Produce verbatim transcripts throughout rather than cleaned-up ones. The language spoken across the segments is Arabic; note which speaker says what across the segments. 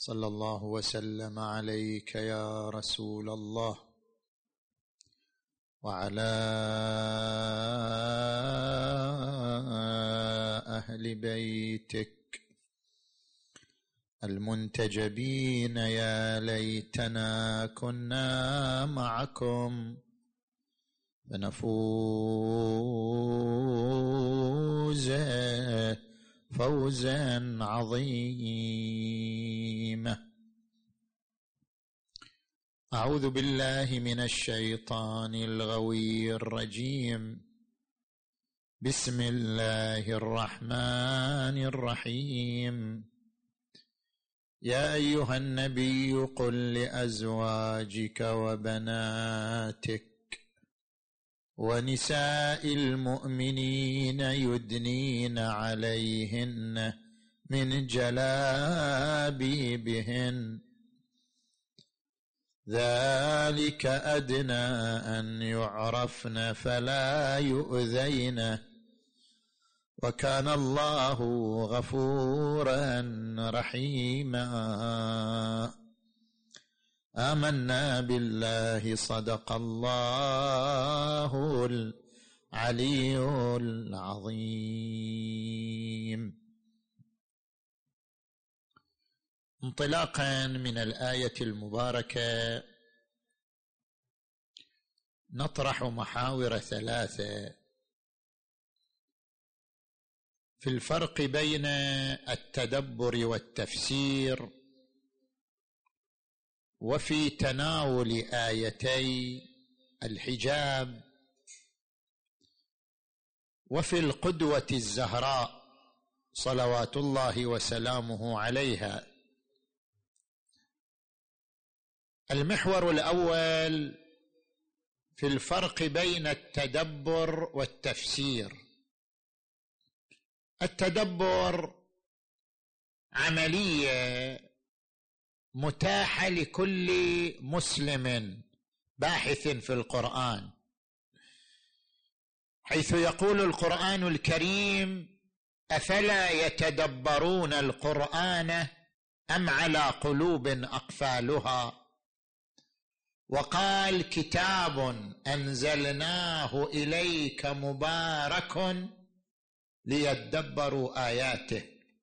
Speaker 1: صلى الله وسلم عليك يا رسول الله وعلى أهل بيتك المنتجبين. يا ليتنا كنا معكم فنفوز فوزا عظيما. أعوذ بالله من الشيطان الغوي الرجيم. بسم الله الرحمن الرحيم. يا أيها النبي قل لأزواجك وبناتك ونساء المؤمنين يدنين عليهن من جلابيبهن ذلك أدنى أن يعرفن فلا يؤذين وكان الله غفورا رحيما. آمنا بالله صدق الله العلي العظيم. انطلاقا من الآية المباركة نطرح محاور ثلاثة في الفرق بين التدبر والتفسير، وفي تناول آيتي الحجاب، وفي القدوة الزهراء صلوات الله وسلامه عليها. المحور الأول في الفرق بين التدبر والتفسير. التدبر عملية متاحة لكل مسلم باحث في القرآن، حيث يقول القرآن الكريم: أفلا يتدبرون القرآن أم على قلوب أقفالها؟ وقال: كتاب أنزلناه إليك مبارك ليدبروا آياته.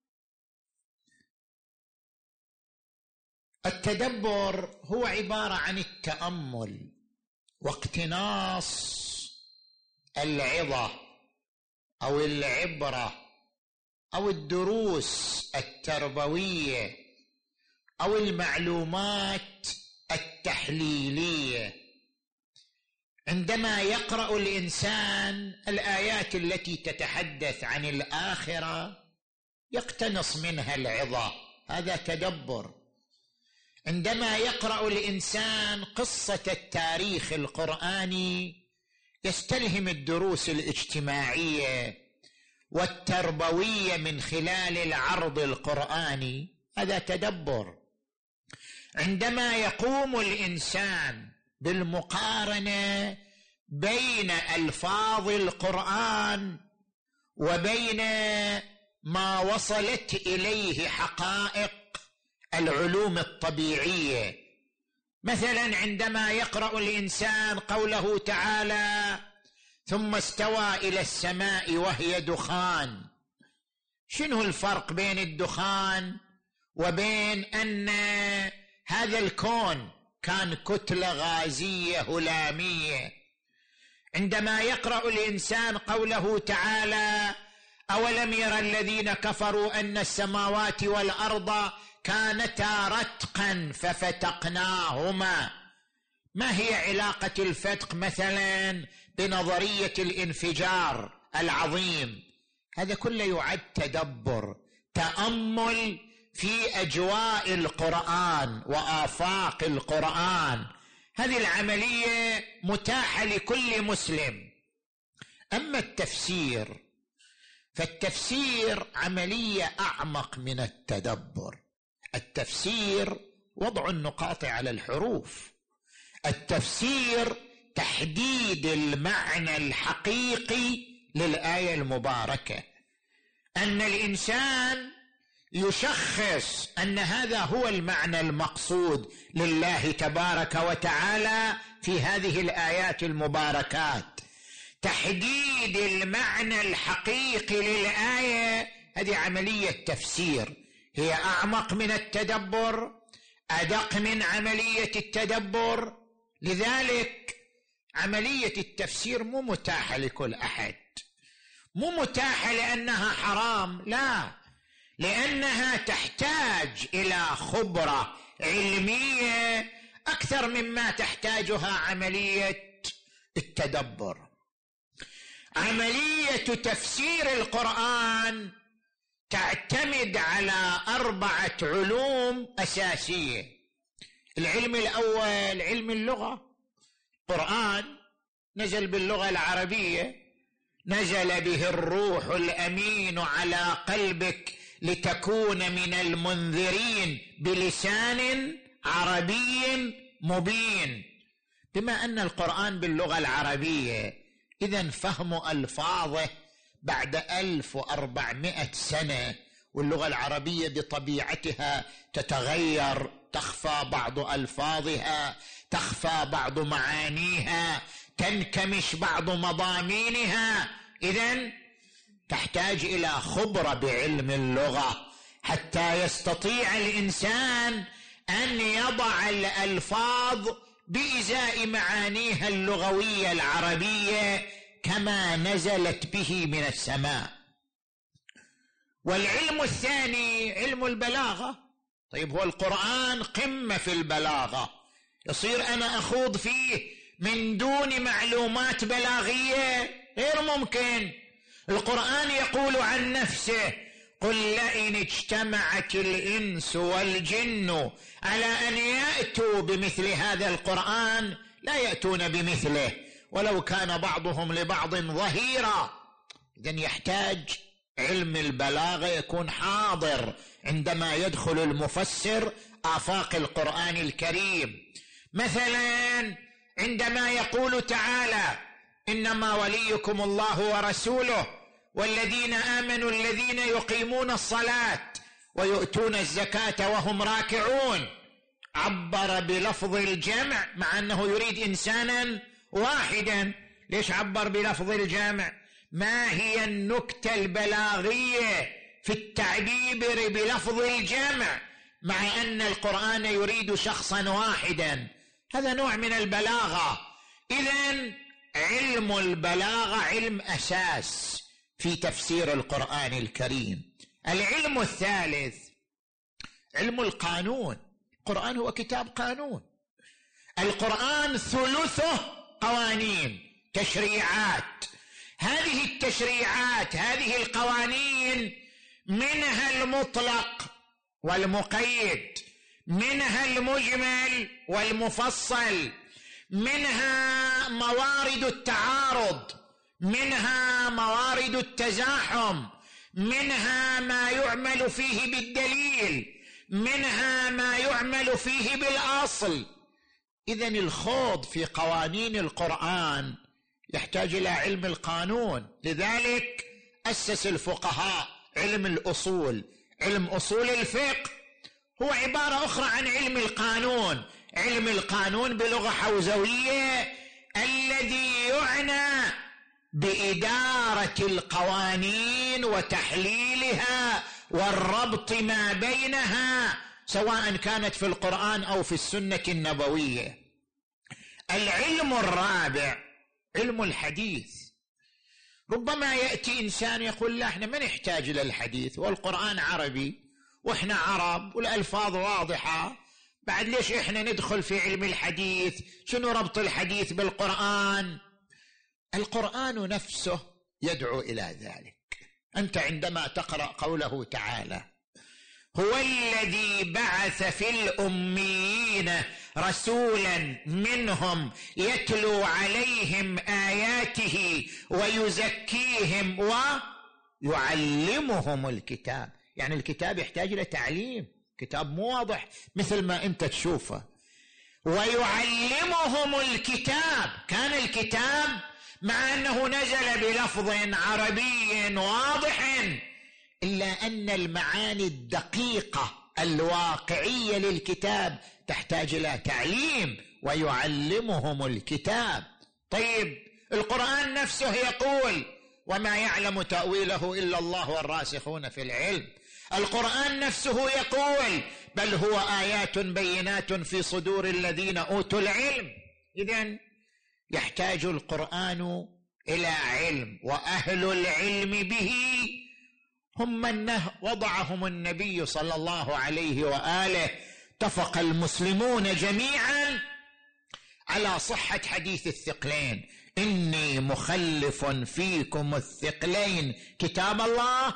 Speaker 1: التدبر هو عبارة عن التأمل واقتناص العظة أو العبرة أو الدروس التربوية أو المعلومات التحليلية. عندما يقرأ الإنسان الآيات التي تتحدث عن الآخرة يقتنص منها العظة، هذا تدبر. عندما يقرأ الإنسان قصة التاريخ القرآني يستلهم الدروس الاجتماعية والتربوية من خلال العرض القرآني، هذا تدبر. عندما يقوم الإنسان بالمقارنة بين ألفاظ القرآن وبين ما وصلت إليه حقائق العلوم الطبيعية، مثلا عندما يقرأ الإنسان قوله تعالى: ثم استوى إلى السماء وهي دخان، شنو الفرق بين الدخان وبين أن هذا الكون كان كتلة غازية هلامية؟ عندما يقرأ الإنسان قوله تعالى: أولم يرى الذين كفروا أن السماوات والأرض كانتا رتقا ففتقناهما، ما هي علاقة الفتق مثلا بنظرية الانفجار العظيم؟ هذا كله يعد تدبر، تأمل في أجواء القرآن وآفاق القرآن. هذه العملية متاحة لكل مسلم. أما التفسير فالتفسير عملية أعمق من التدبر. التفسير وضع النقاط على الحروف، التفسير تحديد المعنى الحقيقي للآية المباركة. أن الإنسان
Speaker 2: يشخص أن هذا هو المعنى المقصود لله تبارك وتعالى في هذه الآيات المباركات. تحديد المعنى الحقيقي للآية هذه عملية تفسير، هي أعمق من التدبر، أدق من عملية التدبر. لذلك عملية التفسير مو متاحة لكل أحد، مو متاحة لأنها حرام، لا، لأنها تحتاج إلى خبرة علمية أكثر مما تحتاجها عملية التدبر. عملية تفسير القرآن تعتمد على أربعة علوم أساسية. العلم الأول علم اللغة. القرآن نزل باللغة العربية، نزل به الروح الأمين على قلبك لتكون من المنذرين بلسان عربي مبين. بما أن القرآن باللغة العربية، إذن فهم ألفاظه بعد ألف وأربعمائة سنة، واللغة العربية بطبيعتها تتغير، تخفى بعض ألفاظها، تخفى بعض معانيها، تنكمش بعض مضامينها. إذن تحتاج إلى خبرة بعلم اللغة حتى يستطيع الإنسان أن يضع الألفاظ بإزاء معانيها اللغوية العربية كما نزلت به من السماء. والعلم الثاني علم البلاغة. طيب هو القرآن قمة في البلاغة، يصير أنا أخوض فيه من دون معلومات بلاغية؟ غير ممكن. القرآن يقول عن نفسه: قل لئن اجتمعت الإنس والجن على أن يأتوا بمثل هذا القرآن لا يأتون بمثله ولو كان بعضهم لبعض ظهيرا. إذن يحتاج علم البلاغة يكون حاضر عندما يدخل المفسر آفاق القرآن الكريم. مثلا عندما يقول تعالى: إنما وليكم الله ورسوله والذين آمنوا الذين يقيمون الصلاة ويؤتون الزكاة وهم راكعون، عبر بلفظ الجمع مع أنه يريد إنسانا واحدا. ليش عبر بلفظ الجمع؟ ما هي النكتة البلاغية في التعبير بلفظ الجمع مع أن القرآن يريد شخصا واحدا؟ هذا نوع من البلاغة. إذن علم البلاغة علم أساس في تفسير القرآن الكريم. العلم الثالث علم القانون. القرآن هو كتاب قانون. القرآن ثلثه قوانين، تشريعات. هذه التشريعات، هذه القوانين، منها المطلق والمقيد، منها المجمل والمفصل، منها موارد التعارض، منها موارد التزاحم، منها ما يعمل فيه بالدليل، منها ما يعمل فيه بالأصل. إذن الخوض في قوانين القرآن يحتاج إلى علم القانون. لذلك أسس الفقهاء علم الأصول. علم أصول الفقه هو عبارة أخرى عن علم القانون. علم القانون بلغة حوزوية الذي يعنى بإدارة القوانين وتحليلها والربط ما بينها، سواء كانت في القرآن أو في السنة النبوية. العلم الرابع علم الحديث. ربما يأتي إنسان يقول: لا، احنا ما نحتاج للحديث والقرآن عربي واحنا عرب والألفاظ واضحة، بعد ليش احنا ندخل في علم الحديث؟ شنو ربط الحديث بالقرآن؟ القرآن نفسه يدعو إلى ذلك. أنت عندما تقرأ قوله تعالى: هو الذي بعث في الأميين رسولا منهم يتلو عليهم آياته ويزكيهم ويعلمهم الكتاب. يعني الكتاب يحتاج إلى تعليم، كتاب مو واضح مثل ما أنت تشوفه. ويعلمهم الكتاب، كان الكتاب مع أنه نزل بلفظ عربي واضح إلا أن المعاني الدقيقة الواقعية للكتاب تحتاج إلى تعليم، ويعلمهم الكتاب. طيب القرآن نفسه يقول وما يعلم تأويله إلا الله والراسخون في العلم. القرآن نفسه يقول بل هو آيات بينات في صدور الذين أوتوا العلم. إذن يحتاج القرآن إلى علم، وأهل العلم به هم من وضعهم النبي صلى الله عليه وآله. اتفق المسلمون جميعا على صحة حديث الثقلين: إني مخلف فيكم الثقلين كتاب الله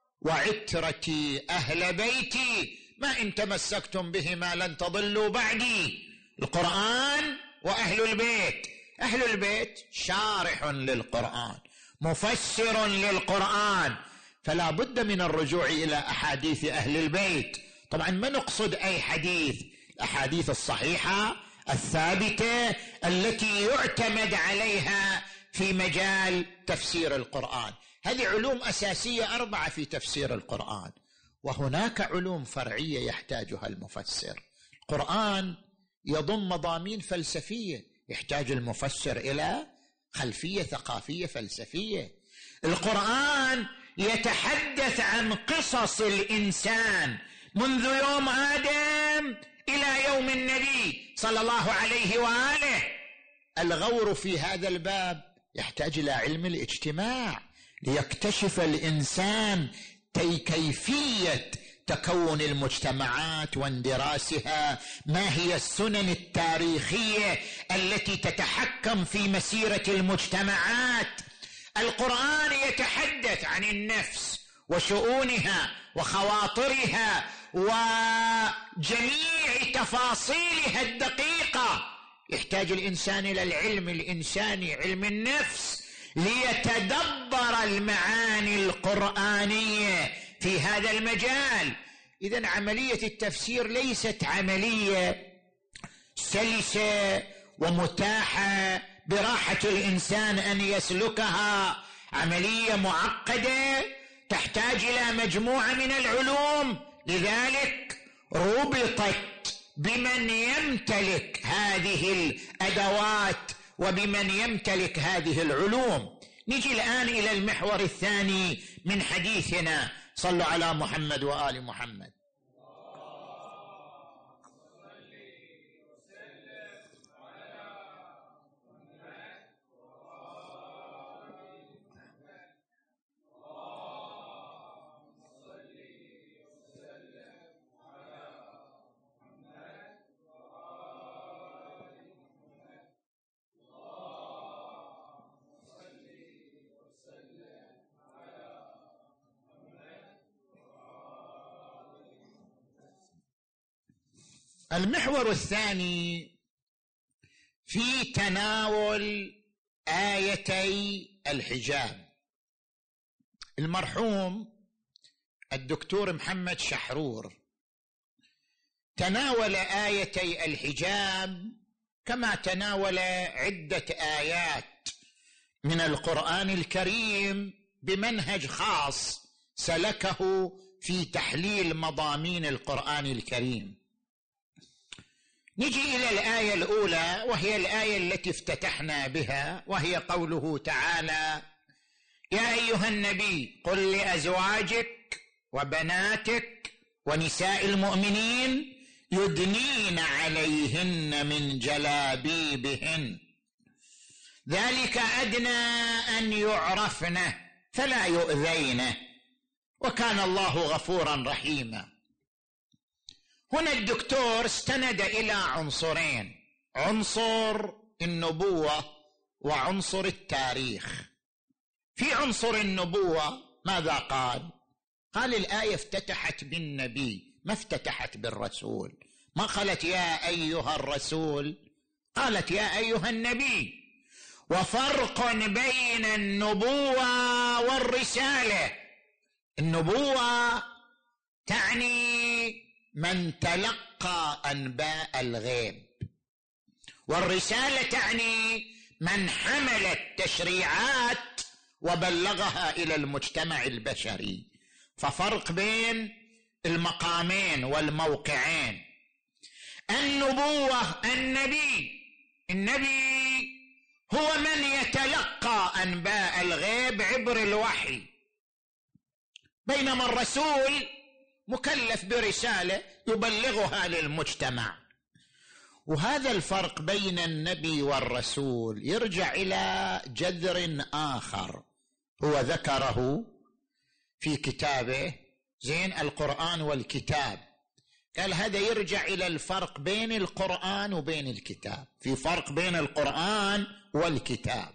Speaker 2: وعترتي أهل بيتي ما إن تمسكتم بهما لن تضلوا بعدي. القرآن وأهل البيت. أهل البيت شارح للقرآن، مفسر للقرآن، فلا بد من الرجوع إلى أحاديث أهل البيت. طبعا ما نقصد أي حديث، الأحاديث الصحيحة الثابتة التي يعتمد عليها في مجال تفسير القرآن. هذه علوم أساسية أربعة في تفسير القرآن، وهناك علوم فرعية يحتاجها المفسر. القرآن يضم مضامين فلسفية، يحتاج المفسر إلى خلفية ثقافية فلسفية. القرآن يتحدث عن قصص الإنسان منذ يوم آدم إلى يوم النبي صلى الله عليه وآله. الغور في هذا الباب يحتاج إلى علم الاجتماع ليكتشف الإنسان كيفية تكون المجتمعات واندراسها، ما هي السنن التاريخية التي تتحكم في مسيرة المجتمعات. القرآن يتحدث عن النفس وشؤونها وخواطرها وجميع تفاصيلها الدقيقة. يحتاج الإنسان إلى العلم الإنساني، علم النفس، ليتدبر المعاني القرآنية في هذا المجال. إذن عملية التفسير ليست عملية سلسة ومتاحة براحة الإنسان أن يسلكها، عملية معقدة تحتاج إلى مجموعة من العلوم. لذلك ربطت بمن يمتلك هذه الأدوات وبمن يمتلك هذه العلوم. نجي الآن إلى المحور الثاني من حديثنا. صلوا على محمد وآل محمد. المحور الثاني في تناول آيتي الحجاب. المرحوم الدكتور محمد شحرور تناول آيتي الحجاب كما تناول عدة آيات من القرآن الكريم بمنهج خاص سلكه في تحليل مضامين القرآن الكريم. نجي إلى الآية الأولى وهي الآية التي افتتحنا بها، وهي قوله تعالى: يا أيها النبي قل لأزواجك وبناتك ونساء المؤمنين يدنين عليهن من جلابيبهن ذلك أدنى أن يعرفن فلا يؤذين وكان الله غفورا رحيما. هنا الدكتور استند إلى عنصرين: عنصر النبوة وعنصر التاريخ. في عنصر النبوة ماذا قال؟ قال الآية افتتحت بالنبي، ما افتتحت بالرسول، ما قالت يا أيها الرسول، قالت يا أيها النبي. وفرق بين النبوة والرسالة. النبوة تعني من تلقى أنباء الغيب، والرسالة تعني من حمل التشريعات وبلغها إلى المجتمع البشري. ففرق بين المقامين والموقعين. النبوة، النبي النبي هو من يتلقى أنباء الغيب عبر الوحي، بينما الرسول مكلف برسالة يبلغها للمجتمع. وهذا الفرق بين النبي والرسول يرجع إلى جذر آخر هو ذكره في كتابه زين القرآن والكتاب. قال هذا يرجع إلى الفرق بين القرآن وبين الكتاب. في فرق بين القرآن والكتاب.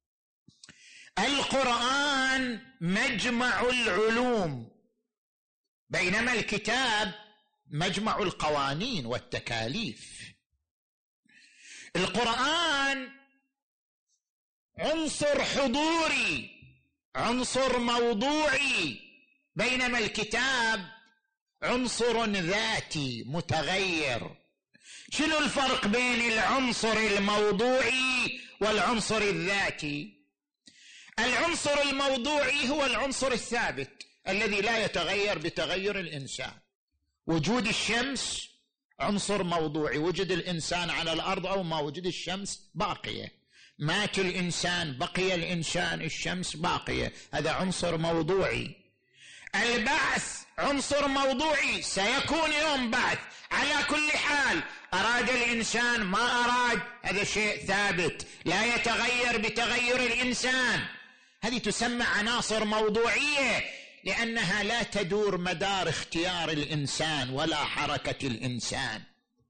Speaker 2: القرآن مجمع العلوم، بينما الكتاب مجمع القوانين والتكاليف. القرآن عنصر حضوري، عنصر موضوعي، بينما الكتاب عنصر ذاتي متغير. شنو الفرق بين العنصر الموضوعي والعنصر الذاتي؟ العنصر الموضوعي هو العنصر الثابت الذي لا يتغير بتغير الإنسان. وجود الشمس عنصر موضوعي، وجد الإنسان على الأرض أو ما وجد الشمس باقية. مات الإنسان بقي الإنسان، الشمس باقية، هذا عنصر موضوعي. البعث عنصر موضوعي، سيكون يوم بعث على كل حال، أراد الإنسان ما أراد، هذا شيء ثابت لا يتغير بتغير الإنسان. هذه تسمى عناصر موضوعية لأنها لا تدور مدار اختيار الإنسان ولا حركة الإنسان.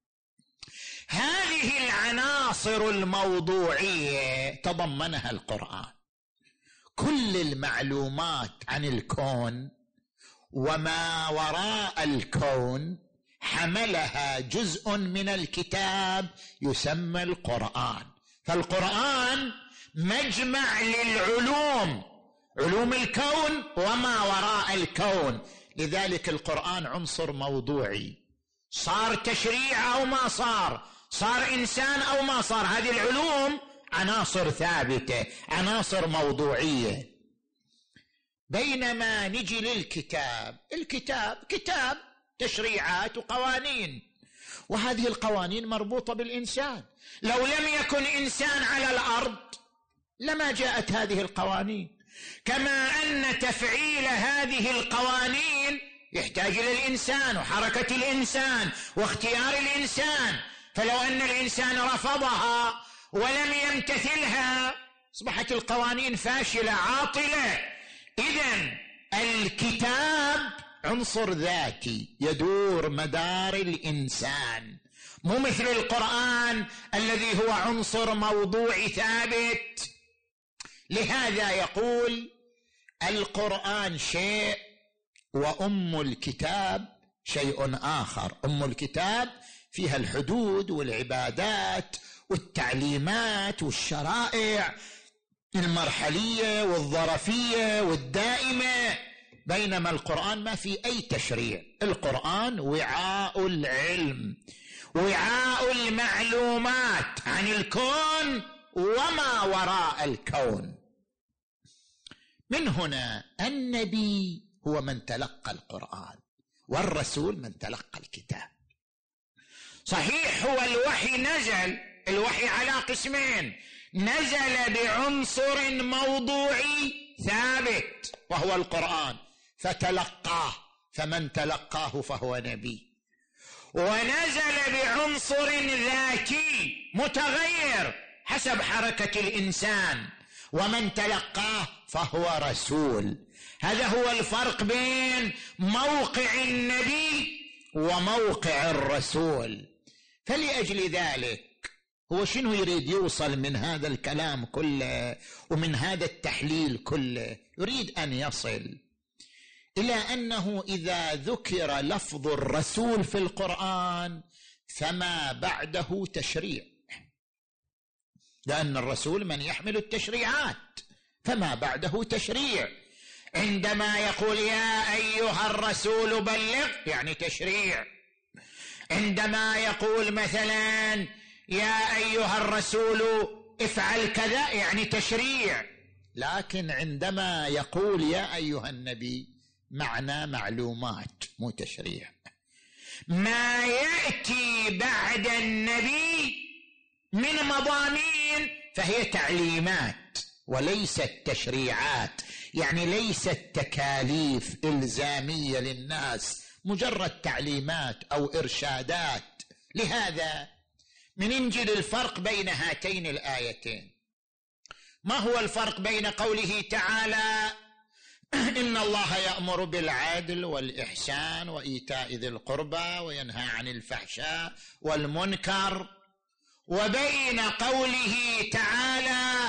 Speaker 2: هذه العناصر الموضوعية تضمنها القرآن. كل المعلومات عن الكون وما وراء الكون حملها جزء من الكتاب يسمى القرآن. فالقرآن مجمع للعلوم، علوم الكون وما وراء الكون. لذلك القرآن عنصر موضوعي، صار تشريع أو ما صار، صار إنسان أو ما صار، هذه العلوم عناصر ثابتة، عناصر موضوعية. بينما نجي للكتاب، الكتاب كتاب تشريعات وقوانين، وهذه القوانين مربوطة بالإنسان. لو لم يكن إنسان على الأرض لما جاءت هذه القوانين. كما أن تفعيل هذه القوانين يحتاج إلى الإنسان وحركة الإنسان واختيار الإنسان، فلو أن الإنسان رفضها ولم يمتثلها أصبحت القوانين فاشلة عاطلة. إذن الكتاب عنصر ذاتي يدور مدار الإنسان، مو مثل القرآن الذي هو عنصر موضوعي ثابت. لهذا يقول القرآن شيء وأم الكتاب شيء آخر. أم الكتاب فيها الحدود والعبادات والتعليمات والشرائع المرحلية والظرفية والدائمة، بينما القرآن ما في أي تشريع. القرآن وعاء العلم، وعاء المعلومات عن الكون وما وراء الكون. من هنا النبي هو من تلقى القرآن، والرسول من تلقى الكتاب. صحيح هو الوحي نزل، الوحي على قسمين، نزل بعنصر موضوعي ثابت وهو القرآن فتلقاه، فمن تلقاه فهو نبي، ونزل بعنصر ذاتي متغير حسب حركة الإنسان، ومن تلقاه فهو رسول. هذا هو الفرق بين موقع النبي وموقع الرسول. فلأجل ذلك هو شنو يريد يوصل من هذا الكلام كله ومن هذا التحليل كله؟ يريد أن يصل إلى أنه إذا ذكر لفظ الرسول في القرآن فما بعده تشريع، لأن الرسول من يحمل التشريعات، فما بعده تشريع. عندما يقول يا أيها الرسول بلغ يعني تشريع، عندما يقول مثلا يا أيها الرسول افعل كذا يعني تشريع. لكن عندما يقول يا أيها النبي معنى معلومات مو تشريع. ما يأتي بعد النبي من مضامين فهي تعليمات وليست تشريعات، يعني ليست تكاليف إلزامية للناس، مجرد تعليمات أو إرشادات. لهذا من إنجيل الفرق بين هاتين الآيتين. ما هو الفرق بين قوله تعالى إن الله يأمر بالعدل والإحسان وإيتاء ذي القربى وينهى عن الفحشاء والمنكر، وبين قوله تعالى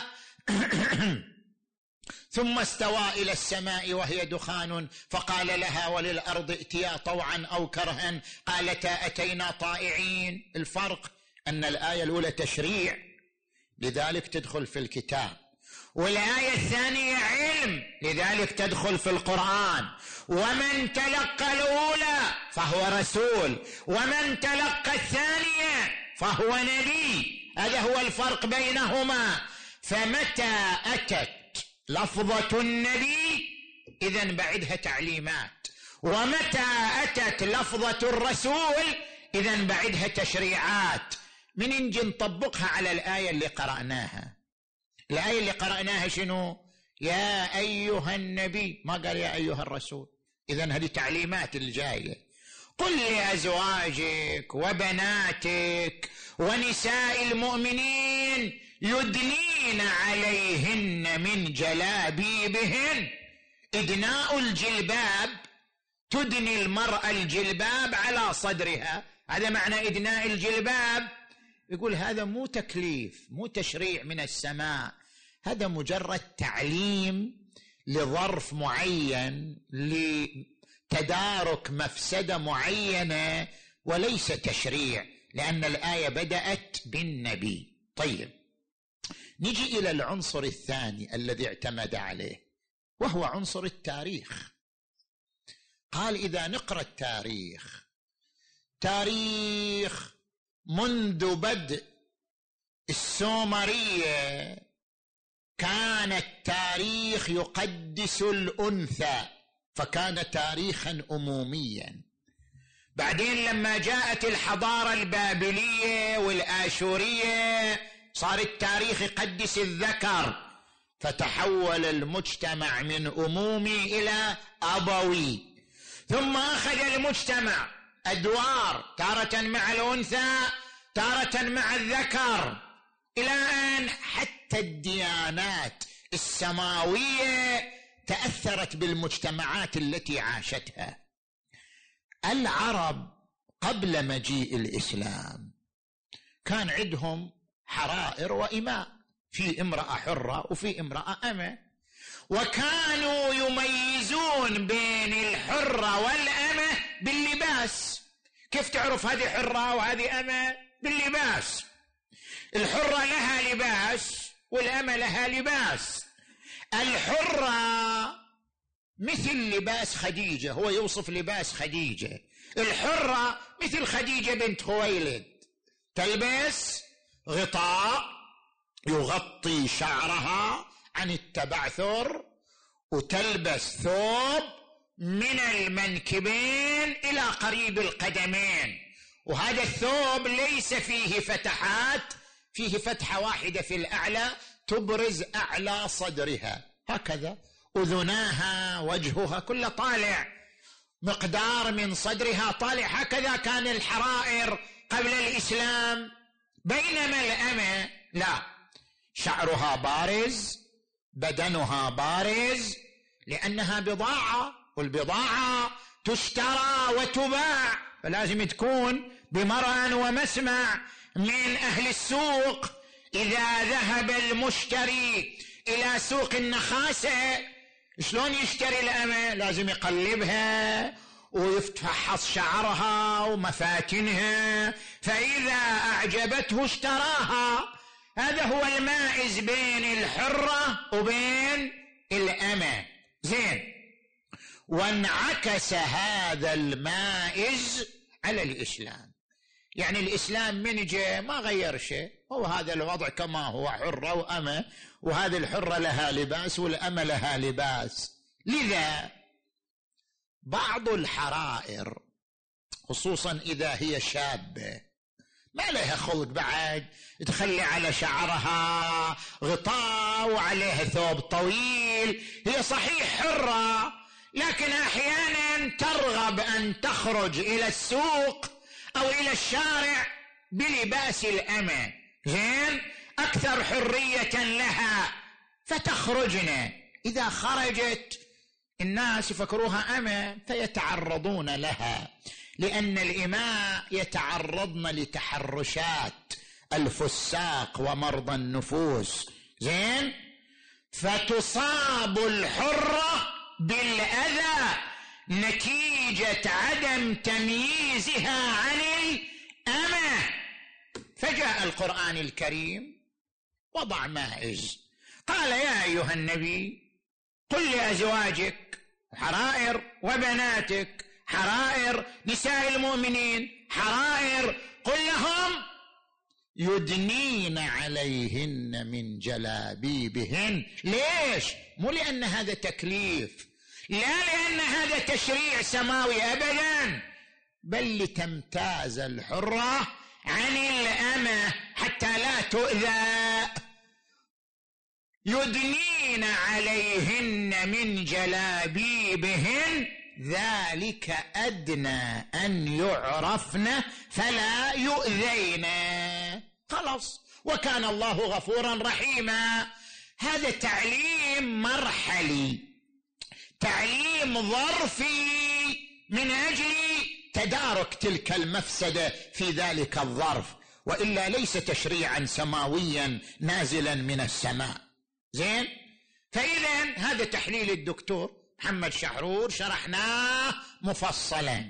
Speaker 2: ثم استوى إلى السماء وهي دخان فقال لها وللأرض ائتيا طوعا أو كرها قالتا أتينا طائعين؟ الفرق أن الآية الأولى تشريع لذلك تدخل في الكتاب، والآية الثانية علم لذلك تدخل في القرآن. ومن تلقى الأولى فهو رسول، ومن تلقى الثانية فهو نبي. هذا هو الفرق بينهما. فمتى أتت لفظة النبي إذن بعدها تعليمات، ومتى أتت لفظة الرسول إذن بعدها تشريعات. من نجي نطبقها على الآية اللي قرأناها. الآية اللي قرأناها شنو؟ يا أيها النبي، ما قال يا أيها الرسول. إذن هذه تعليمات الجاية. قل لأزواجك وبناتك ونساء المؤمنين يدنين عليهن من جلابيبهن. إدناء الجلباب، تدني المرأة الجلباب على صدرها، هذا معنى إدناء الجلباب. يقول هذا مو تكليف، مو تشريع من السماء، هذا مجرد تعليم لظرف معين لتدارك مفسدة معينة، وليس تشريع، لأن الآية بدأت بالنبي. طيب، نجي إلى العنصر الثاني الذي اعتمد عليه، وهو عنصر التاريخ. قال إذا نقرأ التاريخ، تاريخ منذ بدء السومرية كان التاريخ يقدس الأنثى، فكان تاريخا أموميا. بعدين لما جاءت الحضارة البابلية والآشورية صار التاريخ يقدس الذكر، فتحول المجتمع من أمومي إلى أبوي. ثم أخذ المجتمع أدوار، تارة مع الأنثى تارة مع الذكر، إلى أن حتى الديانات السماوية تأثرت بالمجتمعات التي عاشتها. العرب قبل مجيء الإسلام كان عندهم حرائر وإماء، في امرأة حرة وفي امرأة أمة، وكانوا يميزون بين الحرة والأمة باللباس. كيف تعرف هذه حرة وهذه أمة؟ باللباس. الحرة لها لباس والأمة لها لباس. الحرة مثل لباس خديجة، هو يوصف لباس خديجة. الحرة مثل خديجة بنت خويلد، تلبس غطاء يغطي شعرها عن التبعثر، وتلبس ثوب من المنكبين إلى قريب القدمين، وهذا الثوب ليس فيه فتحات، فيه فتحة واحدة في الأعلى تبرز أعلى صدرها، هكذا أذناها وجهها كله طالع، مقدار من صدرها طالع. هكذا كان الحرائر قبل الإسلام. بينما الأمة لا، شعرها بارز، بدنها بارز، لأنها بضاعة، والبضاعة تشترى وتباع، فلازم تكون بمرأى ومسمع من أهل السوق. إذا ذهب المشتري إلى سوق النخاسة، شلون يشتري الأمة؟ لازم يقلبها ويفحص شعرها ومفاتنها، فإذا أعجبته اشتراها. هذا هو المائز بين الحرة وبين الأمة. زين، وانعكس هذا المائز على الإسلام. يعني الإسلام من جاء ما غير شيء، هو هذا الوضع كما هو، حرة وأمة، وهذه الحرة لها لباس والأمة لها لباس. لذا بعض الحرائر خصوصا إذا هي شابة ما لها خلق بعد تخلي على شعرها غطاء وعليها ثوب طويل، هي صحيح حرة لكن أحيانا ترغب أن تخرج إلى السوق أو إلى الشارع بلباس الأمة، زين أكثر حرية لها فتخرجنا. إذا خرجت الناس يفكروها أمة فيتعرضون لها، لأن الإماء يتعرضن لتحرشات الفساق ومرضى النفوس، زين فتصاب الحرة بالأذى نتيجة عدم تمييزها عن الأمة. فجاء القرآن الكريم وضع مائز، قال يا أيها النبي قل لأزواجك حرائر وبناتك حرائر نساء المؤمنين حرائر، قل لهم يدنين عليهن من جلابيبهن. ليش؟ مو لأن هذا تكليف، لا لأن هذا تشريع سماوي أبدا، بل لتمتاز الحرة عن الأمة حتى لا تؤذى. يدنين عليهن من جلابيبهن ذلك أدنى أن يعرفن فلا يؤذين. خلاص، وكان الله غفورا رحيما. هذا تعليم مرحلي، تعليم ظرفي من أجل تدارك تلك المفسدة في ذلك الظرف، وإلا ليس تشريعا سماويا نازلا من السماء. زين، فإذا هذا تحليل الدكتور محمد شحرور شرحناه مفصلا.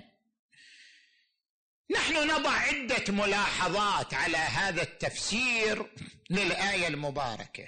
Speaker 2: نحن نضع عدة ملاحظات على هذا التفسير للآية المباركة.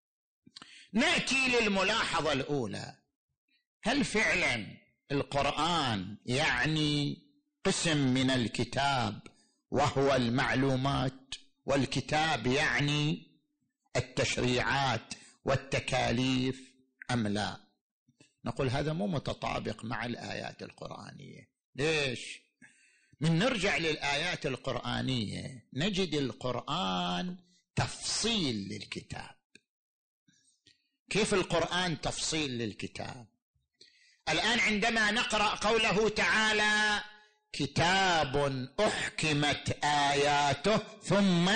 Speaker 2: نأتي للملاحظة الأولى: هل فعلا القرآن يعني قسم من الكتاب وهو المعلومات، والكتاب يعني التشريعات والتكاليف أم لا؟ نقول هذا مو متطابق مع الآيات القرآنية. ليش؟ من نرجع للآيات القرآنية نجد القرآن تفصيل للكتاب. كيف القرآن تفصيل للكتاب؟ الآن عندما نقرأ قوله تعالى كتاب أحكمت آياته ثم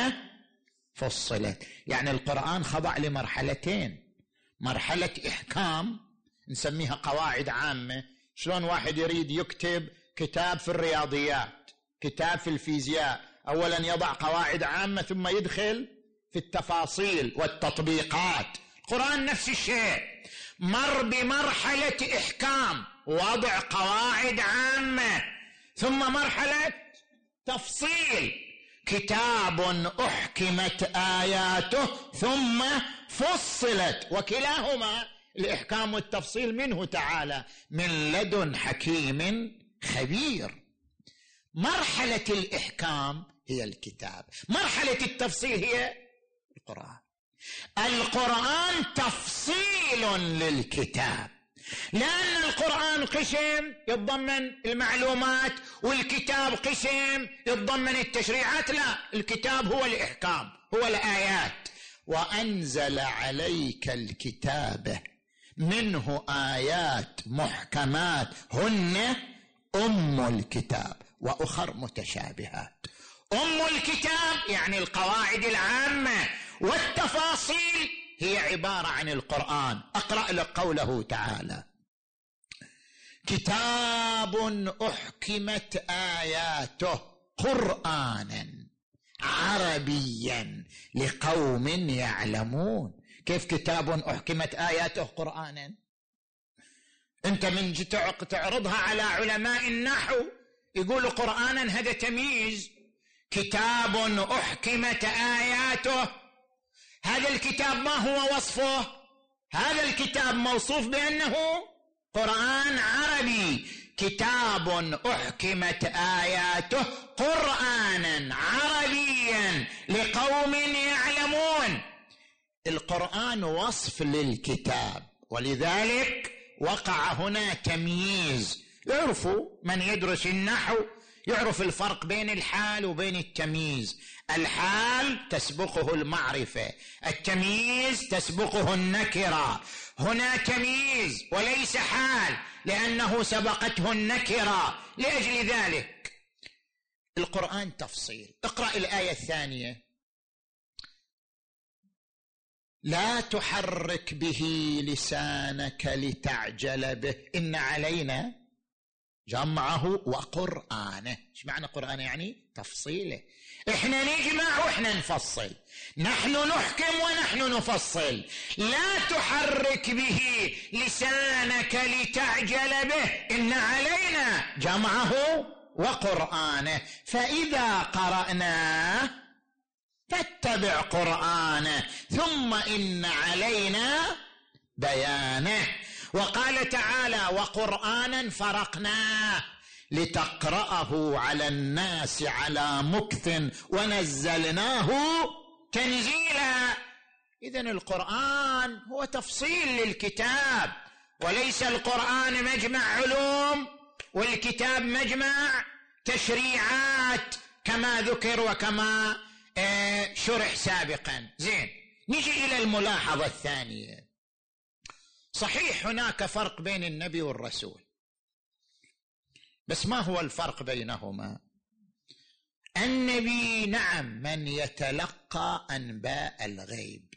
Speaker 2: فصلت، يعني القرآن خضع لمرحلتين: مرحلة إحكام نسميها قواعد عامة، شلون واحد يريد يكتب كتاب في الرياضيات، كتاب في الفيزياء، أولا يضع قواعد عامة ثم يدخل في التفاصيل والتطبيقات. القرآن نفس الشيء، مر بمرحلة إحكام وضع قواعد عامة ثم مرحلة تفصيل، كتاب أحكمت آياته ثم فصلت، وكلاهما الإحكام والتفصيل منه تعالى من لدن حكيم خبير. مرحلة الإحكام هي الكتاب، مرحلة التفصيل هي القرآن. القرآن تفصيل للكتاب، لأن القرآن قسم يتضمن المعلومات والكتاب قسم يتضمن التشريعات. لا، الكتاب هو الإحكام، هو الآيات. وأنزل عليك الكتاب منه آيات محكمات هن أم الكتاب وأخر متشابهات. أم الكتاب يعني القواعد العامة، والتفاصيل هي عبارة عن القرآن. أقرأ لك قوله تعالى: كتاب أحكمت آياته قرآنا عربيا لقوم يعلمون. كيف كتاب أحكمت آياته قرآنا؟ أنت من تعرضها على علماء النحو يقولوا قرآنا، هذا تمييز. كتاب أحكمت آياته، هذا الكتاب ما هو وصفه؟ هذا الكتاب موصوف بأنه قرآن عربي. كتاب أحكمت آياته قرآنا عربيا لقوم يعلمون. القرآن وصف للكتاب، ولذلك وقع هنا تمييز يعرفوا من يدرس النحو يعرف الفرق بين الحال وبين التمييز. الحال تسبقه المعرفة، التمييز تسبقه النكرة. هنا تمييز وليس حال لأنه سبقته النكرة. لأجل ذلك القرآن تفصيل. اقرأ الآية الثانية: لا تحرك به لسانك لتعجل به إن علينا جمعه وقرآنه. ايش معنى قرآنه؟ يعني تفصيله. احنا نجمع واحنا نفصل، نحن نحكم ونحن نفصل. لا تحرك به لسانك لتعجل به إن علينا جمعه وقرآنه فإذا قرأناه فاتبع قرآنه ثم إن علينا بيانه. وقال تعالى: وقرآنا فرقناه لتقرأه على الناس على مكث ونزلناه تنزيلا. إذن القرآن هو تفصيل للكتاب، وليس القرآن مجمع علوم والكتاب مجمع تشريعات كما ذكر وكما شرح سابقا. زين، نجي إلى الملاحظة الثانية. صحيح هناك فرق بين النبي والرسول، بس ما هو الفرق بينهما؟ النبي نعم من يتلقى أنباء الغيب،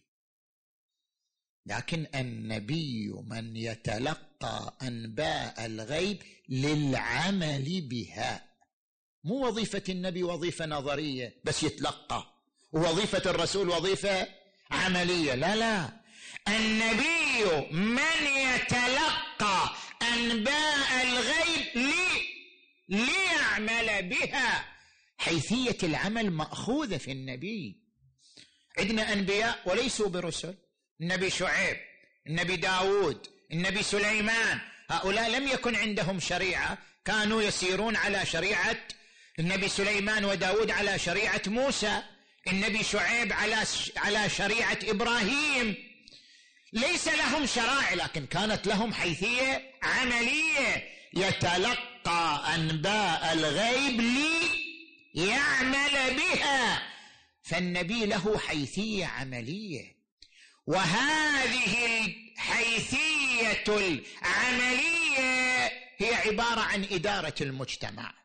Speaker 2: لكن النبي من يتلقى أنباء الغيب للعمل بها. مو وظيفة النبي وظيفة نظرية بس يتلقى، ووظيفة الرسول وظيفة عملية. لا لا، النبي من يتلقى أنباء الغيب لي ليعمل بها. حيثية العمل مأخوذة في النبي. عندنا أنبياء وليسوا برسل، النبي شعيب، النبي داود، النبي سليمان، هؤلاء لم يكن عندهم شريعة، كانوا يسيرون على شريعة النبي سليمان وداود، على شريعة موسى، النبي شعيب على على شريعة إبراهيم. ليس لهم شرائع لكن كانت لهم حيثية عملية. يتلقى أنباء الغيب ليعمل بها، فالنبي له حيثية عملية. وهذه الحيثية العملية هي عبارة عن إدارة المجتمع.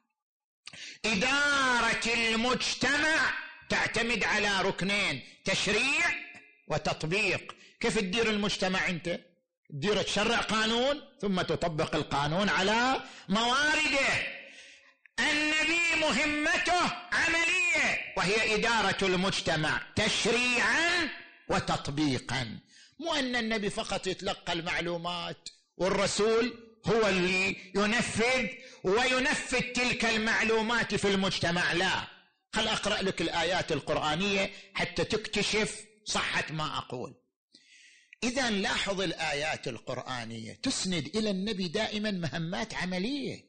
Speaker 2: إدارة المجتمع تعتمد على ركنين: تشريع وتطبيق. كيف تدير المجتمع؟ انت تدير تشرع قانون ثم تطبق القانون على موارده. النبي مهمته عملية وهي إدارة المجتمع تشريعا وتطبيقا. مو أن النبي فقط يتلقى المعلومات والرسول هو اللي ينفذ وينفذ تلك المعلومات في المجتمع. لا، خل أقرأ لك الآيات القرآنية حتى تكتشف صحة ما أقول. إذا لاحظ الآيات القرآنية تسند إلى النبي دائما مهمات عملية.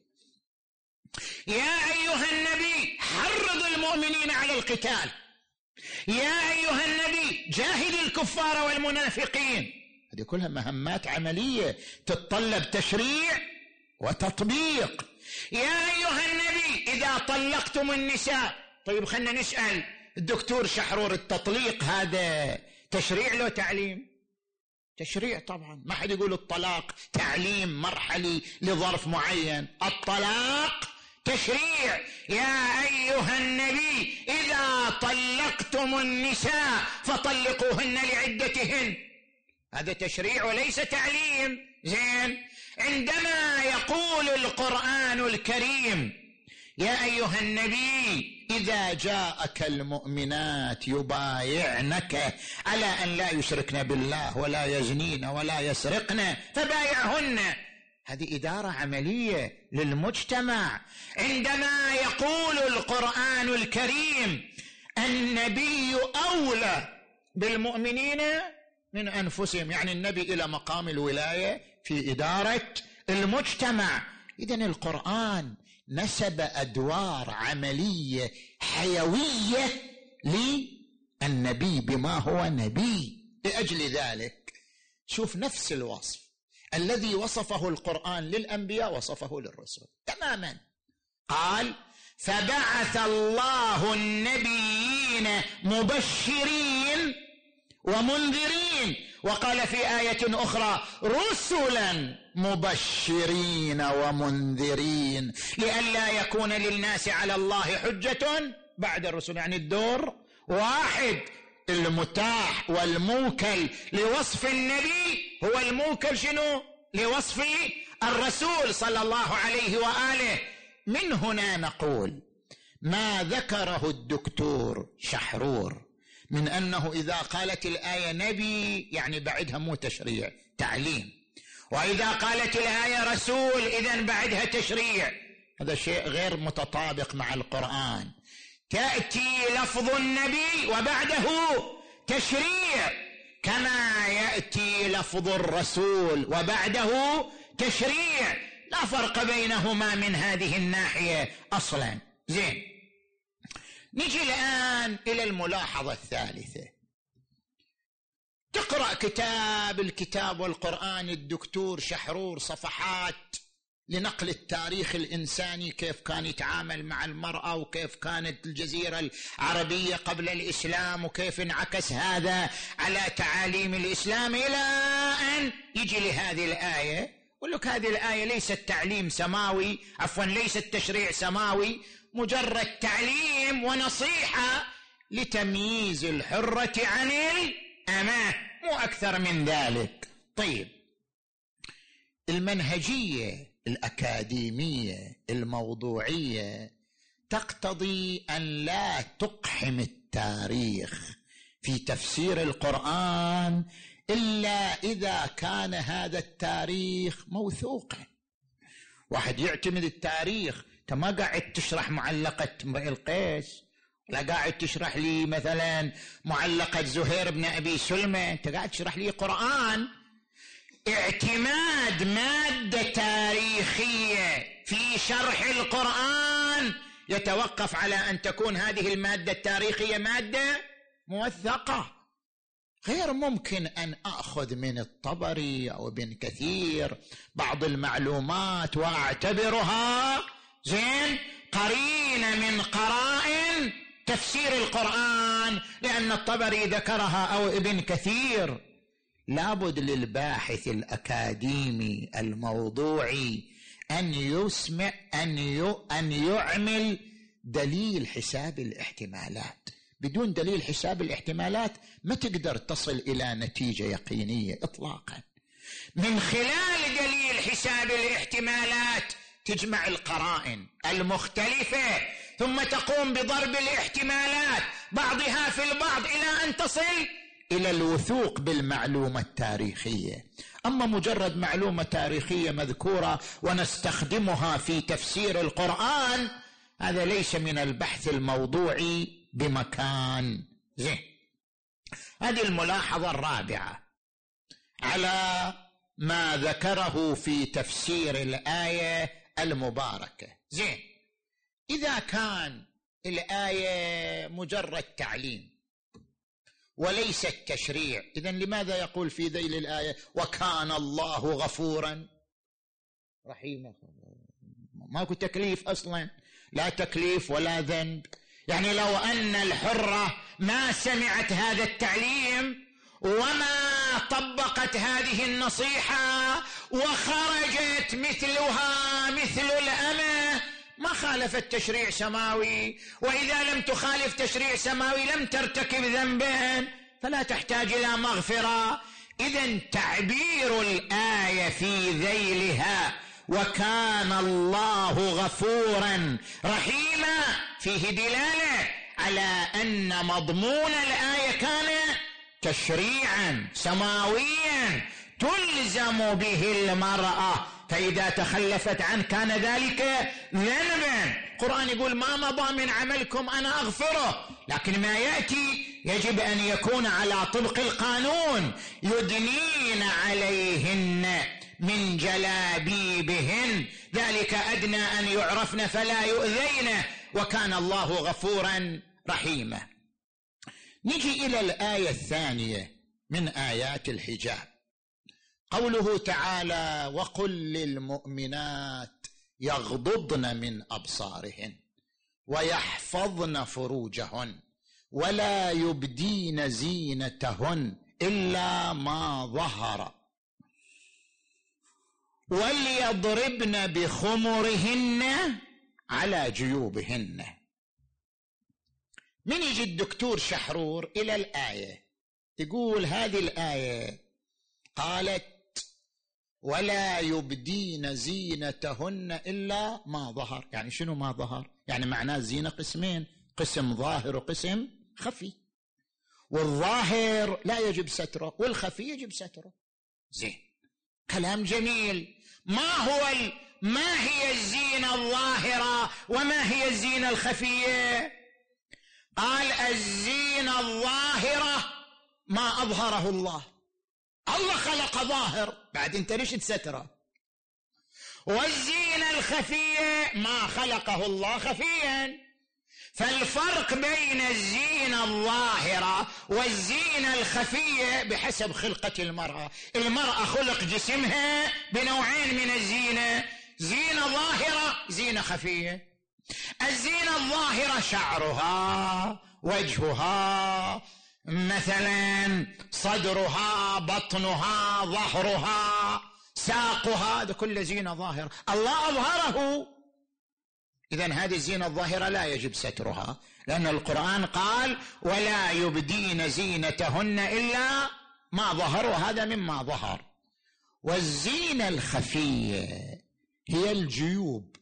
Speaker 2: يا أيها النبي حرض المؤمنين على القتال، يا أيها النبي جاهد الكفار والمنافقين. هذه كلها مهمات عملية تتطلب تشريع وتطبيق. يا أيها النبي إذا طلقتم النساء. طيب خلنا نسأل الدكتور شحرور، التطليق هذا تشريع لو تعليم؟ تشريع طبعا. ما حد يقول الطلاق تعليم مرحلي لظرف معين، الطلاق تشريع. يا أيها النبي إذا طلقتم النساء فطلقوهن لعدتهن، هذا تشريع وليس تعليم. زين، عندما يقول القرآن الكريم: يا أيها النبي إذا جاءك المؤمنات يبايعنك على أن لا يشركن بالله ولا يزنين ولا يسرقن فبايعهن، هذه إدارة عملية للمجتمع. عندما يقول القرآن الكريم: النبي أولى بالمؤمنين من أنفسهم، يعني النبي إلى مقام الولاية في إدارة المجتمع. إذن القرآن نسب أدوار عملية حيوية للنبي بما هو نبي. لأجل ذلك شوف نفس الوصف الذي وصفه القرآن للأنبياء وصفه للرسل تماما. قال: فبعث الله النبيين مبشرين ومنذرين، وقال في آية أخرى: رسلا مبشرين ومنذرين لئلا يكون للناس على الله حجة بعد الرسل. يعني الدور واحد، المتاح والموكل لوصف النبي هو الموكل شنو؟ لوصف الرسول صلى الله عليه وآله. من هنا نقول ما ذكره الدكتور شحرور من أنه إذا قالت الآية نبي يعني بعدها مو تشريع، تعليم، وإذا قالت الآية رسول إذن بعدها تشريع، هذا شيء غير متطابق مع القرآن. تأتي لفظ النبي وبعده تشريع، كما يأتي لفظ الرسول وبعده تشريع، لا فرق بينهما من هذه الناحية أصلا. زين، نجي الآن إلى الملاحظة الثالثة. تقرأ كتاب الكتاب والقرآن الدكتور شحرور صفحات لنقل التاريخ الإنساني، كيف كان يتعامل مع المرأة، وكيف كانت الجزيرة العربية قبل الإسلام، وكيف انعكس هذا على تعاليم الإسلام، إلى أن يجي لهذه الآية. يقول لك هذه الآية ليست تعليم سماوي، عفوا ليست تشريع سماوي، مجرد تعليم ونصيحة لتمييز الحرة عن الأمة، مو أكثر من ذلك. طيب، المنهجية الأكاديمية الموضوعية تقتضي أن لا تقحم التاريخ في تفسير القرآن إلا إذا كان هذا التاريخ موثوقا. واحد يعتمد التاريخ، انت ما قاعد تشرح معلقة امرئ القيس، لا قاعد تشرح لي مثلا معلقة زهير بن أبي سلمة، انت قاعد تشرح لي قرآن. اعتماد مادة تاريخية في شرح القرآن يتوقف على أن تكون هذه المادة التاريخية مادة موثقة. غير ممكن أن أخذ من الطبري أو ابن كثير بعض المعلومات وأعتبرها زين قرينة من قرائن تفسير القرآن لأن الطبري ذكرها أو ابن كثير. لابد للباحث الأكاديمي الموضوعي أن يسمع أن أن يعمل دليل حساب الاحتمالات. بدون دليل حساب الاحتمالات ما تقدر تصل إلى نتيجة يقينية إطلاقا. من خلال دليل حساب الاحتمالات تجمع القرائن المختلفة ثم تقوم بضرب الاحتمالات بعضها في البعض إلى أن تصل إلى الوثوق بالمعلومة التاريخية. أما مجرد معلومة تاريخية مذكورة ونستخدمها في تفسير القرآن، هذا ليس من البحث الموضوعي بمكان. زين، هذه الملاحظة الرابعة على ما ذكره في تفسير الآية المباركة. زين، إذا كان الآية مجرد تعليم وليس التشريع، إذن لماذا يقول في ذيل الآية وكان الله غفورا رحيما؟ ماكو تكليف أصلا، لا تكليف ولا ذنب. يعني لو أن الحرة ما سمعت هذا التعليم وما طبقت هذه النصيحة وخرجت مثلها مثل الأمة ما خالفت تشريع سماوي، وإذا لم تخالف تشريع سماوي لم ترتكب ذنبا فلا تحتاج إلى مغفرة. إذن تعبير الآية في ذيلها وكان الله غفورا رحيما فيه دلالة على أن مضمون الآية كان تشريعا سماويا تلزم به المرأة، فإذا تخلفت عنه كان ذلك ذنبا. القرآن يقول ما مضى من عملكم أنا أغفره، لكن ما يأتي يجب أن يكون على طبق القانون. يدنين عليهن من جلابيبهن ذلك أدنى أن يعرفن فلا يؤذين وكان الله غفورا رحيما. نجي إلى الآية الثانية من آيات الحجاب.
Speaker 1: قوله تعالى: وقل للمؤمنات يغضضن من أبصارهن ويحفظن فروجهن ولا يبدين زينتهن إلا ما ظهر وليضربن بخمرهن على جيوبهن. من يجي الدكتور شحرور إلى الآية يقول هذه الآية قالت ولا يبدين زينتهن إلا ما ظهر. يعني شنو ما ظهر؟ يعني معناه الزينة قسمين، قسم ظاهر وقسم خفي، والظاهر لا يجب ستره والخفي يجب ستره. زين، كلام جميل. ما هو ال... ما هي الزينة الظاهرة وما هي الزينة الخفية؟ قال الزينة الظاهرة ما أظهره الله، الله خلق ظاهر، بعد انت ليش تستره. والزينة الخفية ما خلقه الله خفيا. فالفرق بين الزينة الظاهرة والزينة الخفية بحسب خلقة المرأة. المرأة خلق جسمها بنوعين من الزينة، زينة ظاهرة زينة خفية. الزينة الظاهرة شعرها، وجهها، مثلا صدرها، بطنها، ظهرها، ساقها، هذا كله زينة ظاهرة الله أظهره. إذن هذه الزينة الظاهرة لا يجب سترها، لأن القرآن قال ولا يبدين زينتهن إلا ما ظهر، وهذا مما ظهر. والزينة الخفية هي الجيوب،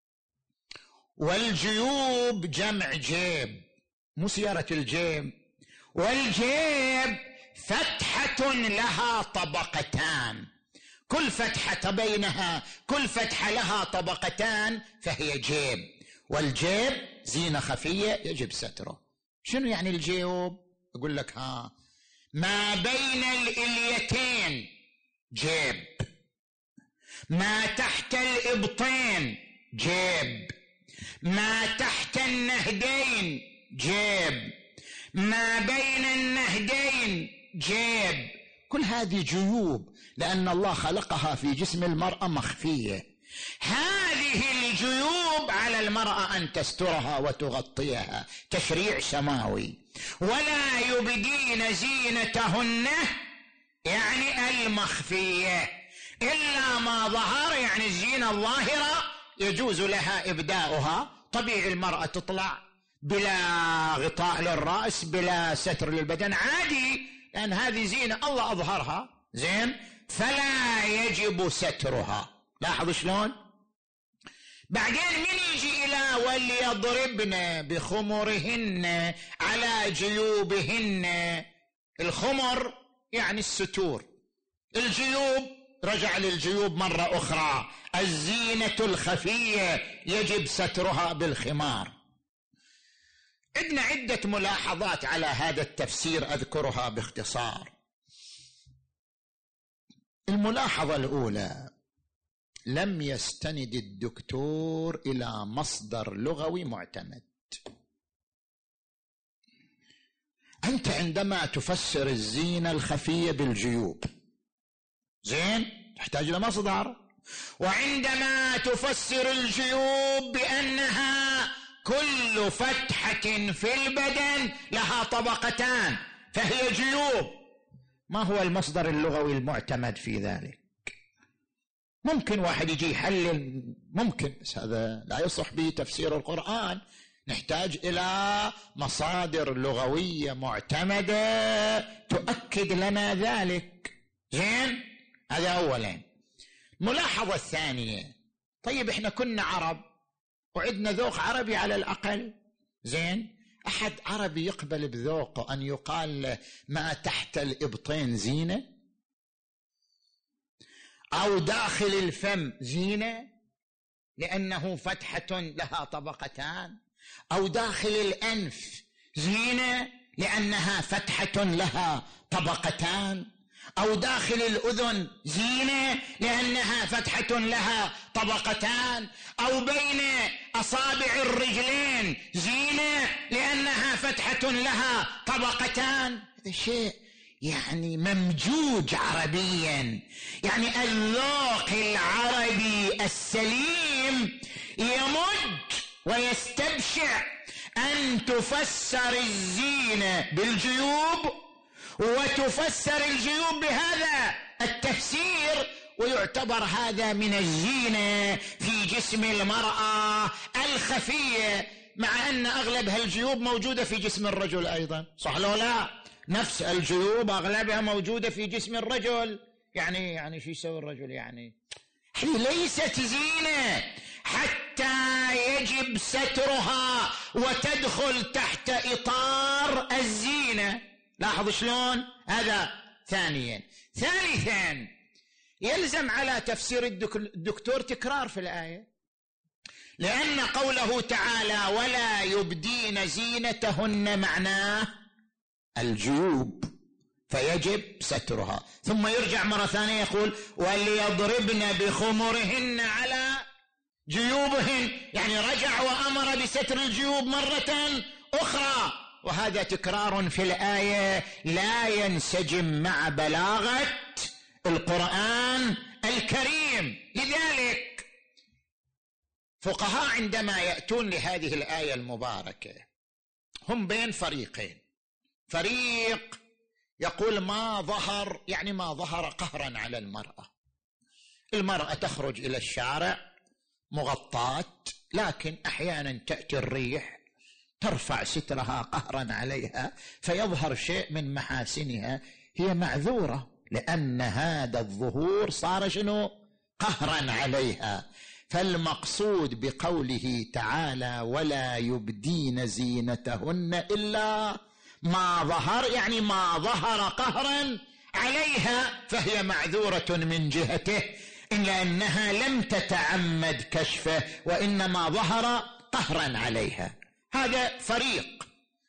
Speaker 1: والجيوب جمع جيب، مو سيارة الجيب. والجيب فتحة لها طبقتان، كل فتحة بينها كل فتحة لها طبقتان فهي جيب. والجيب زينة خفية يجب ستره. شنو يعني الجيوب؟ أقول لك ها، ما بين الإليتين جيب، ما تحت الإبطين جيب، ما تحت النهدين جيب، ما بين النهدين جيب. كل هذه جيوب لأن الله خلقها في جسم المرأة مخفية. هذه الجيوب على المرأة أن تسترها وتغطيها، تشريع سماوي. ولا يبدين زينتهن يعني المخفية إلا ما ظهر، يعني الزينة الظاهرة يجوز لها إبداؤها. طبيعي المرأة تطلع بلا غطاء للرأس، بلا ستر للبدن، عادي، لأن هذه زينة الله أظهرها. زين، فلا يجب سترها. لاحظوا شلون. بعدين من يجي إلى وليضربن بخمرهن على جيوبهن. الخمر يعني الستور، الجيوب رجع للجيوب مرة أخرى. الزينة الخفية يجب سترها بالخمار. عندنا عدة ملاحظات على هذا التفسير أذكرها باختصار. الملاحظة الأولى: لم يستند الدكتور إلى مصدر لغوي معتمد. أنت عندما تفسر الزينة الخفية بالجيوب، زين، تحتاج إلى مصدر. وعندما تفسر الجيوب بأنها كل فتحة في البدن لها طبقتان فهي جيوب، ما هو المصدر اللغوي المعتمد في ذلك؟ ممكن واحد يجي يحلل، ممكن، بس هذا لا يصح به تفسير القرآن. نحتاج إلى مصادر لغوية معتمدة تؤكد لنا ذلك. زين، هذا أولا. ملاحظة الثانية: طيب إحنا كنا عرب وعندنا ذوق عربي على الأقل. زين، أحد عربي يقبل بذوقه أن يقال ما تحت الإبطين زينة، أو داخل الفم زينة لأنه فتحة لها طبقتان، أو داخل الأنف زينة لأنها فتحة لها طبقتان، أو داخل الأذن زينة لأنها فتحة لها طبقتان، أو بين أصابع الرجلين زينة لأنها فتحة لها طبقتان. هذا شيء يعني ممجوج عربيا، يعني الذوق العربي السليم يمج ويستبشع أن تفسر الزينة بالجيوب وتفسر الجيوب بهذا التفسير، ويعتبر هذا من الزينة في جسم المرأة الخفية، مع أن أغلب هالجيوب موجودة في جسم الرجل أيضا، صح لو لا؟ نفس الجيوب أغلبها موجودة في جسم الرجل. يعني يعني شو يسوي الرجل؟ يعني ليست زينة حتى يجب سترها وتدخل تحت إطار الزينة. لاحظ شلون هذا. ثانيا ثالثا يلزم على تفسير الدكتور تكرار في الآية، لأن قوله تعالى ولا يبدين زينتهن معناه الجيوب فيجب سترها، ثم يرجع مرة ثانية يقول وليضربن بخمرهن على جيوبهن، يعني رجع وأمر بستر الجيوب مرة أخرى، وهذا تكرار في الآية لا ينسجم مع بلاغة القرآن الكريم. لذلك فقهاء عندما يأتون لهذه الآية المباركة هم بين فريقين، فريق يقول ما ظهر، يعني ما ظهر قهرا على المرأة، المرأة تخرج إلى الشارع مغطاة، لكن أحيانا تأتي الريح ترفع سترها قهرا عليها فيظهر شيء من محاسنها، هي معذورة لأن هذا الظهور صار شنو؟ قهرا عليها. فالمقصود بقوله تعالى ولا يبدين زينتهن إلا ما ظهر، يعني ما ظهر قهرا عليها فهي معذورة من جهته، إلا أنها لم تتعمد كشفه وإنما ظهر قهرا عليها. هذا فريق.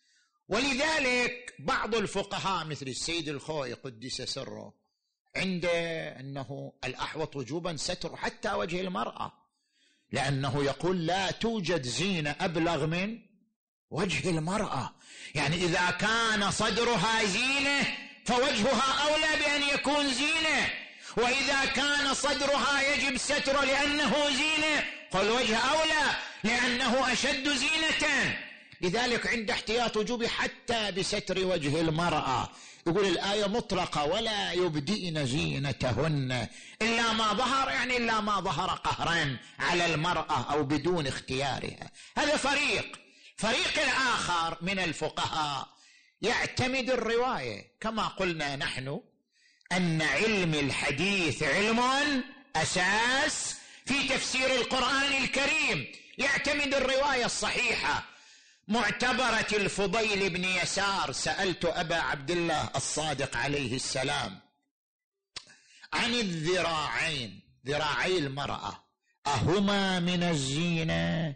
Speaker 1: ولذلك بعض الفقهاء مثل السيد الخوئي قدس سره عنده أنه الأحوط وجوبا ستر حتى وجه المرأة، لأنه يقول لا توجد زينة أبلغ من وجه المرأة، يعني إذا كان صدرها زينة فوجهها أولى بأن يكون زينة، وإذا كان صدرها يجب ستره لأنه زينة فالوجه أولى لأنه أشد زينة. لذلك عند احتياط وجوبي حتى بستر وجه المرأة. يقول الآية مطلقة ولا يبدين زينتهن إلا ما ظهر، يعني إلا ما ظهر قهرا على المرأة أو بدون اختيارها. هذا فريق. فريق الآخر من الفقهاء يعتمد الرواية، كما قلنا نحن أن علم الحديث علم أساس في تفسير القرآن الكريم، يعتمد الرواية الصحيحة. معتبرة الفضيل بن يسار سألت أبا عبد الله الصادق عليه السلام عن الذراعين، ذراعي المرأة أهما من الزينة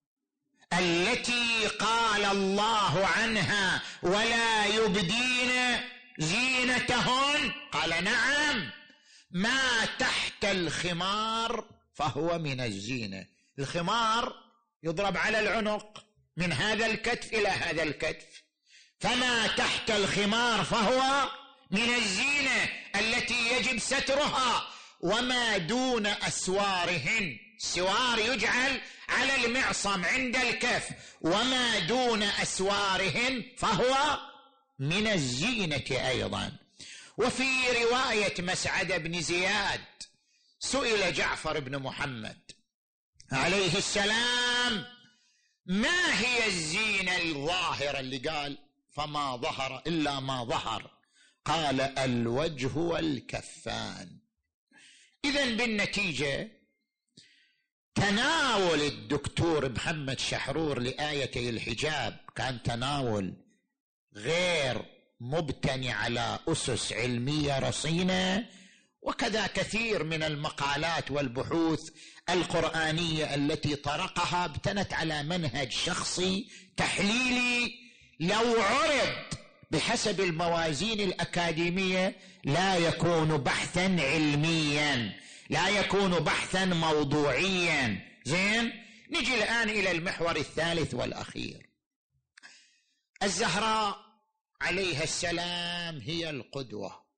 Speaker 1: التي قال الله عنها ولا يبدين زينتهن؟ قال نعم، ما تحت الخمار فهو من الزينة. الخمار يضرب على العنق من هذا الكتف إلى هذا الكتف، فما تحت الخمار فهو من الزينة التي يجب سترها، وما دون أسوارهن، سوار يجعل على المعصم عند الكف، وما دون أسوارهن فهو من الزينة أيضا. وفي رواية مسعد بن زياد سئل جعفر بن محمد عليه السلام ما هي الزينة الظاهرة اللي قال فما ظهر إلا ما ظهر؟ قال الوجه والكفان. إذن بالنتيجة تناول الدكتور محمد شحرور لآيتي الحجاب كان تناول غير مبتني على أسس علمية رصينة، وكذا كثير من المقالات والبحوث القرآنية التي طرقها ابتنت على منهج شخصي تحليلي لو عرض بحسب الموازين الأكاديمية لا يكون بحثا علميا، لا يكون بحثا موضوعيا. زين، نجي الآن إلى المحور الثالث والأخير. الزهراء عليها السلام هي القدوة.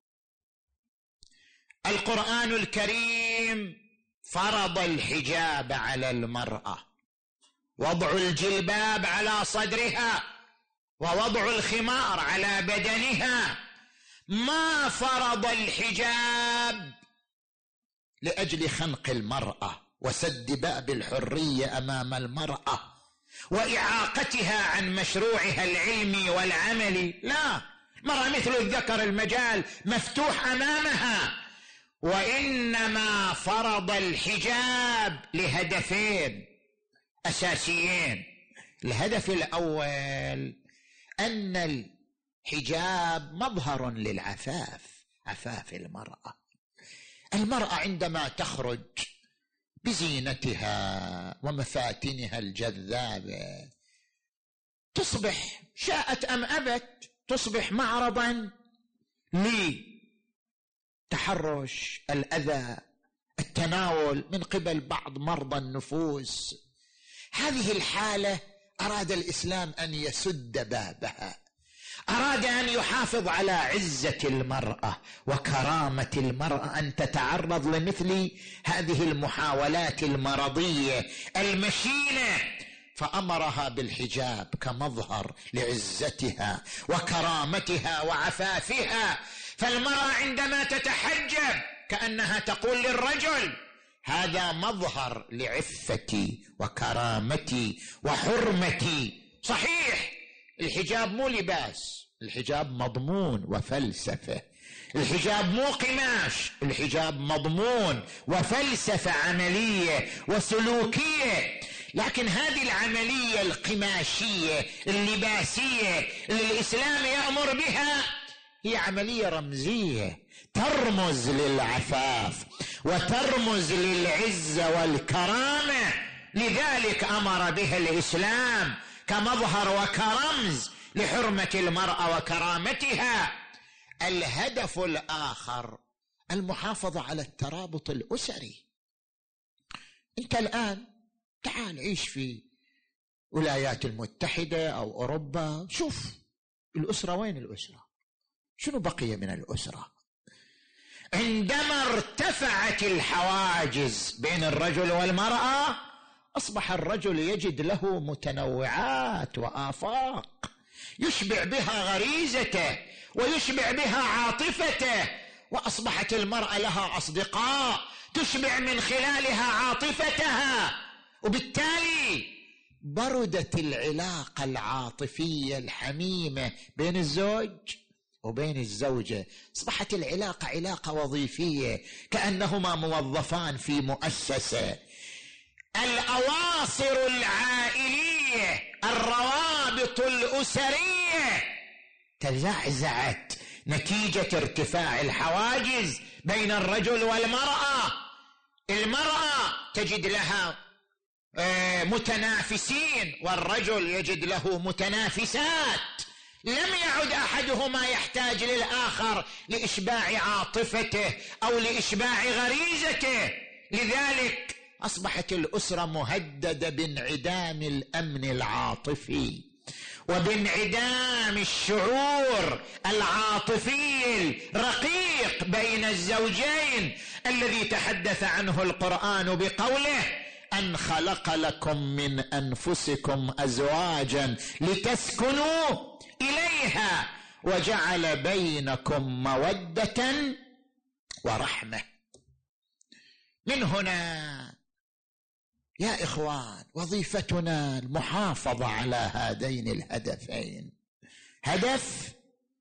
Speaker 1: القرآن الكريم فرض الحجاب على المرأة، وضع الجلباب على صدرها ووضع الخمار على بدنها. ما فرض الحجاب لأجل خنق المرأة وسد باب الحرية أمام المرأة وإعاقتها عن مشروعها العلمي والعملي، لا، مرأة مثل الذكر، المجال مفتوح أمامها. وإنما فرض الحجاب لهدفين أساسيين. الهدف الأول أن الحجاب مظهر للعفاف، عفاف المرأة. المرأة عندما تخرج بزينتها ومفاتنها الجذابة تصبح، شاءت أم أبت، تصبح معرضا لتحرش، الأذى، التناول من قبل بعض مرضى النفوس. هذه الحالة أراد الإسلام أن يسد بابها، أراد أن يحافظ على عزة المرأة وكرامة المرأة أن تتعرض لمثل هذه المحاولات المرضية المشينة، فأمرها بالحجاب كمظهر لعزتها وكرامتها وعفافها. فالمرأة عندما تتحجب كأنها تقول للرجل: هذا مظهر لعفتي وكرامتي وحرمتي. صحيح الحجاب مو لباس، الحجاب مضمون وفلسفة. الحجاب مو قماش، الحجاب مضمون وفلسفة عملية وسلوكية. لكن هذه العملية القماشية اللباسية اللي الإسلام يأمر بها هي عملية رمزية ترمز للعفاف وترمز للعزة والكرامة. لذلك أمر بها الإسلام كمظهر وكرمز لحرمة المرأة وكرامتها. الهدف الآخر المحافظة على الترابط الأسري. أنت الآن تعال عيش في الولايات المتحدة أو أوروبا، شوف الأسرة، وين الأسرة؟ شنو بقي من الأسرة؟ عندما ارتفعت الحواجز بين الرجل والمرأة أصبح الرجل يجد له متنوعات وآفاق يشبع بها غريزته ويشبع بها عاطفته، وأصبحت المرأة لها أصدقاء تشبع من خلالها عاطفتها، وبالتالي بردت العلاقة العاطفية الحميمة بين الزوج وبين الزوجة. أصبحت العلاقة علاقة وظيفية كأنهما موظفان في مؤسسة. الأواصر العائلية، الروابط الأسرية تزعزعت نتيجة ارتفاع الحواجز بين الرجل والمرأة. المرأة تجد لها متنافسين والرجل يجد له متنافسات. لم يعد أحدهما يحتاج للآخر لإشباع عاطفته أو لإشباع غريزته. لذلك أصبحت الأسرة مهددة بانعدام الأمن العاطفي وبانعدام الشعور العاطفي الرقيق بين الزوجين الذي تحدث عنه القرآن بقوله: أن خلق لكم من أنفسكم أزواجا لتسكنوا إليها وجعل بينكم مودة ورحمة. من هنا يا إخوان وظيفتنا المحافظة على هذين الهدفين: هدف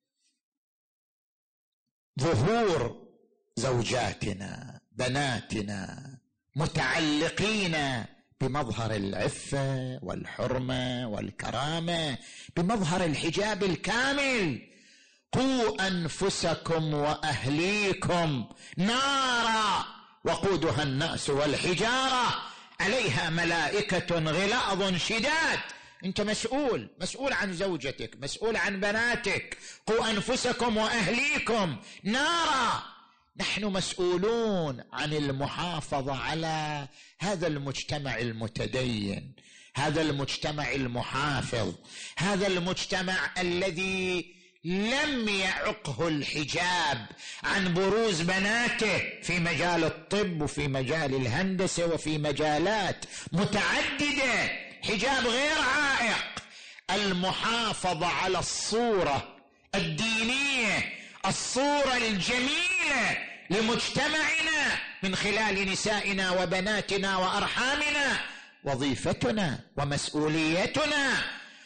Speaker 1: ظهور زوجاتنا بناتنا متعلقين بمظهر العفة والحرمة والكرامة، بمظهر الحجاب الكامل. قوا أنفسكم وأهليكم نارا وقودها الناس والحجارة عليها ملائكة غلاظ شداد. أنت مسؤول، مسؤول عن زوجتك، مسؤول عن بناتك. قوا أنفسكم وأهليكم نارا. نحن مسؤولون عن المحافظة على هذا المجتمع المتدين، هذا المجتمع المحافظ، هذا المجتمع الذي لم يعقه الحجاب عن بروز بناته في مجال الطب وفي مجال الهندسة وفي مجالات متعددة، حجاب غير عائق. المحافظة على الصورة الدينية، الصورة الجميلة لمجتمعنا من خلال نسائنا وبناتنا وأرحامنا وظيفتنا ومسؤوليتنا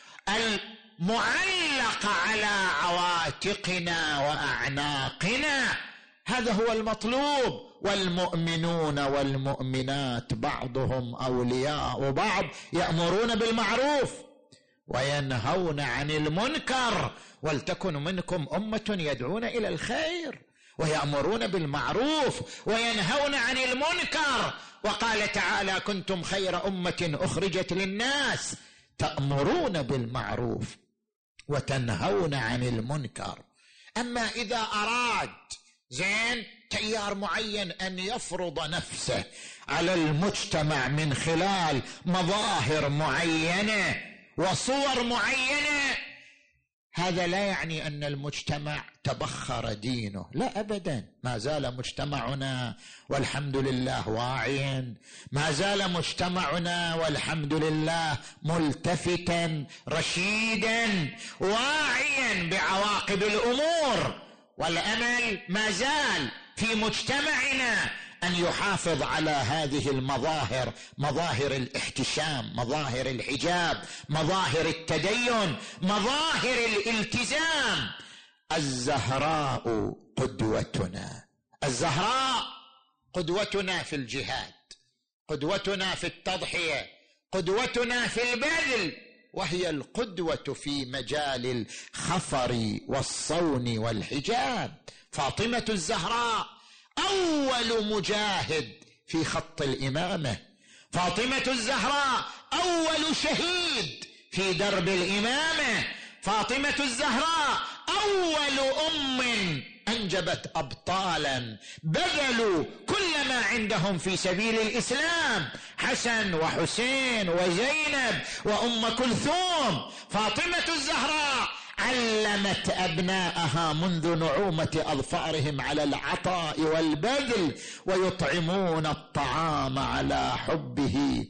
Speaker 1: المعلقة على عواتقنا وأعناقنا. هذا هو المطلوب. والمؤمنون والمؤمنات بعضهم أولياء بعض، يأمرون بالمعروف وينهون عن المنكر، ولتكن منكم أمة يدعون إلى الخير ويأمرون بالمعروف وينهون عن المنكر. وقال تعالى: كنتم خير أمة أخرجت للناس تأمرون بالمعروف وتنهون عن المنكر. أما إذا أراد زين تيار معين أن يفرض نفسه على المجتمع من خلال مظاهر معينة وصور معينة، هذا لا يعني أن المجتمع تبخر دينه، لا أبدا. ما زال مجتمعنا والحمد لله واعيا، ما زال مجتمعنا والحمد لله ملتفتا رشيدا واعيا بعواقب الأمور، والأمل ما زال في مجتمعنا أن يحافظ على هذه المظاهر، مظاهر الاحتشام، مظاهر الحجاب، مظاهر التدين، مظاهر الالتزام. الزهراء قدوتنا، الزهراء قدوتنا في الجهاد، قدوتنا في التضحية، قدوتنا في البذل، وهي القدوة في مجال الخفر والصون والحجاب. فاطمة الزهراء أول مجاهد في خط الإمامة، فاطمة الزهراء أول شهيد في درب الإمامة، فاطمة الزهراء أول أم أنجبت أبطالا بذلوا كل ما عندهم في سبيل الإسلام، حسن وحسين وزينب وأم كلثوم. فاطمة الزهراء علمت أبناءها منذ نعومة أظفارهم على العطاء والبذل، ويطعمون الطعام على حبه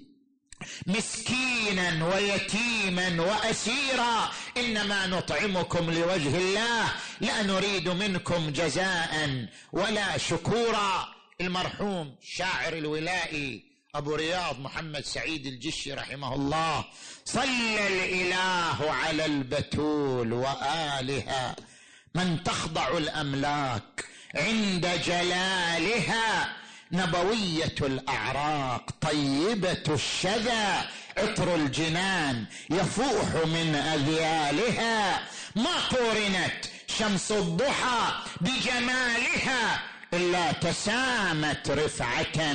Speaker 1: مسكينا ويتيما وأسيرا، إنما نطعمكم لوجه الله لا نريد منكم جزاء ولا شكورا. المرحوم شاعر الولائي أبو رياض محمد سعيد الجشي رحمه الله: صلى الإله على البتول وآلها من تخضع الأملاك عند جلالها، نبوية الأعراق طيبة الشذا عطر الجنان يفوح من أذيالها، ما قورنت شمس الضحى بجمالها إلا تسامت رفعة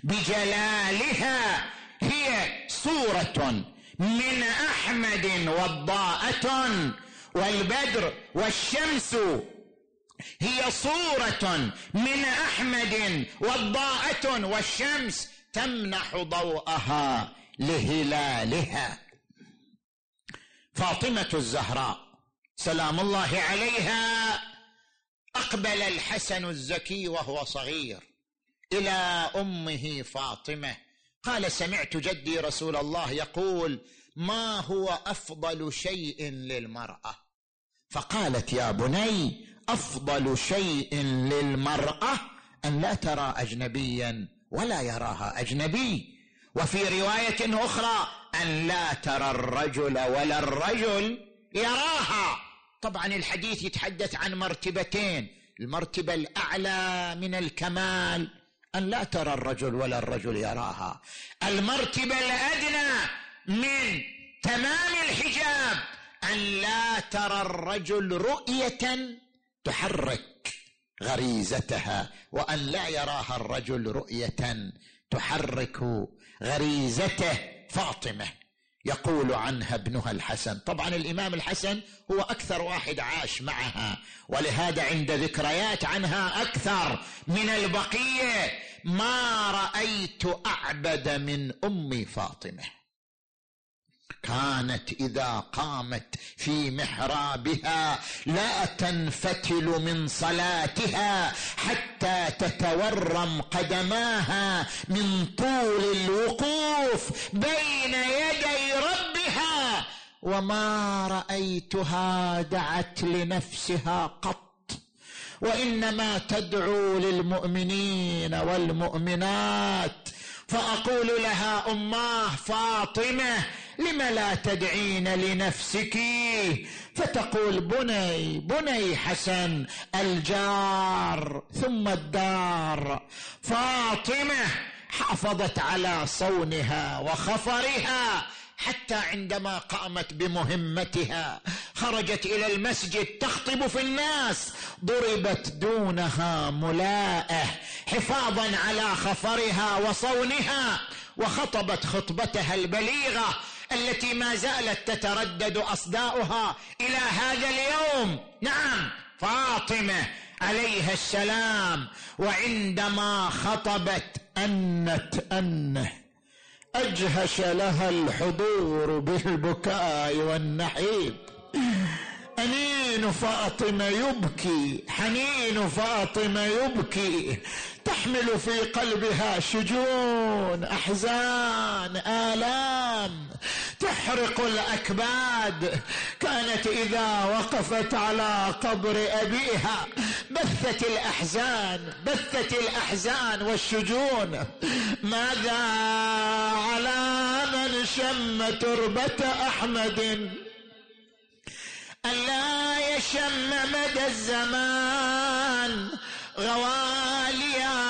Speaker 1: بجلالها، هي صورة من أحمد وضاءة والبدر والشمس، هي صورة من أحمد وضاءة والشمس تمنح ضوءها لهلالها. فاطمة الزهراء سلام الله عليها أقبل الحسن الزكي وهو صغير إلى أمه فاطمة، قال: سمعت جدي رسول الله يقول: ما هو أفضل شيء للمرأة؟ فقالت: يا بني، أفضل شيء للمرأة أن لا ترى أجنبيا ولا يراها أجنبي، وفي رواية أخرى أن لا ترى الرجل ولا الرجل يراها. طبعا الحديث يتحدث عن مرتبتين: المرتبة الأعلى من الكمال أن لا ترى الرجل ولا الرجل يراها، المرتبة الأدنى من تمام الحجاب أن لا ترى الرجل رؤية تحرك غريزتها، وأن لا يراها الرجل رؤية تحرك غريزته. فاطمة يقول عنها ابنها الحسن، طبعا الإمام الحسن هو أكثر واحد عاش معها، ولهذا عند ذكريات عنها أكثر من البقية: ما رأيت أعبد من أم فاطمة. كانت إذا قامت في محرابها لا تنفتل من صلاتها حتى تتورم قدماها من طول الوقوف بين يدي ربها، وما رأيتها دعت لنفسها قط، وإنما تدعو للمؤمنين والمؤمنات. فأقول لها: أماه فاطمة، لم لا تدعين لنفسك؟ فتقول: بني بني حسن، الجار ثم الدار. فاطمة حافظت على صونها وخفرها حتى عندما قامت بمهمتها خرجت إلى المسجد تخطب في الناس ضربت دونها ملاءة حفاظا على خفرها وصونها، وخطبت خطبتها البليغة التي ما زالت تتردد أصداؤها إلى هذا اليوم. نعم، فاطمة عليها السلام وعندما خطبت أنت أنه أجهش لها الحضور بالبكاء والنحيب. أنين فاطمة يبكي، حنين فاطمة يبكي، تحمل في قلبها شجون، أحزان، آلام تحرق الأكباد. كانت إذا وقفت على قبر أبيها بثت الأحزان بثت الأحزان والشجون. ماذا على من شم تربة أحمد ألا يشم مدى الزمان غواليا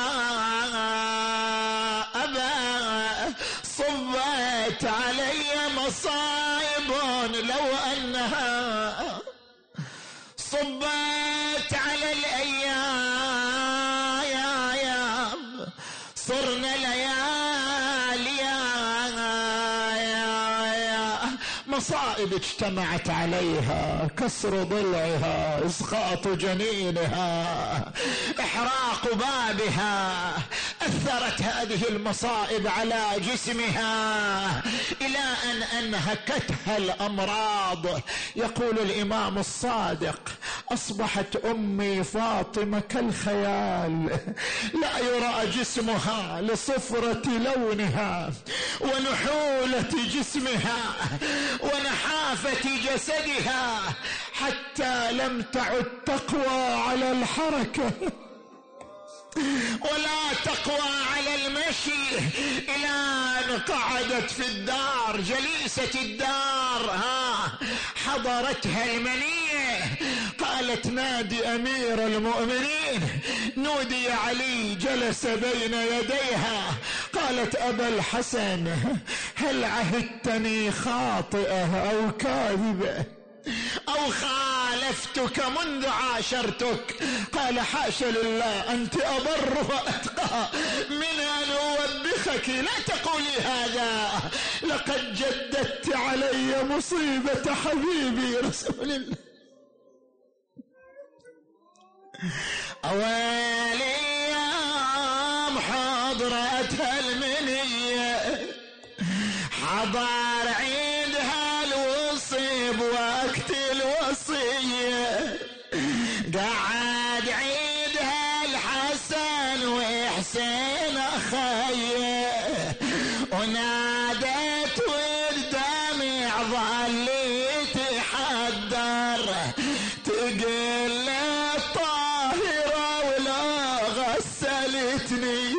Speaker 1: أبا صبت علي مصائب لو أنها صبت على الأيام صرنا لياليا. مصائب اجتمعت عليها، كسر ضلعها، اسقاط جنينها، احراق بابها. اثرت هذه المصائب على جسمها الى ان انهكتها الامراض. يقول الامام الصادق: اصبحت امي فاطمه كالخيال، لا يرى جسمها لصفره لونها ونحوله جسمها ونحافة جسدها، حتى لم تعد تقوى على الحركة ولا تقوى على المشي، إلى أن قعدت في الدار جليسة الدار. ها حضرتها المنية، قالت: نادي أمير المؤمنين. نودي علي، جلس بين يديها. قالت: أبا الحسن، هل عهدتني خاطئة أو كاذبة أو خالفتك منذ عاشرتك؟ قال: حاشا لله، أنت أبر وأتقى من أن أوبخك. لا تقولي هذا، لقد جددت علي مصيبة حبيبي رسول الله. أول أيام حضرتها المنية، حضر عيدها الوصيب وقت الوصية، قعد عيدها الحسن وحسين أخيه، ونادت والدمع ظلي تحضر، تقل الطاهرة ولا غسلتني،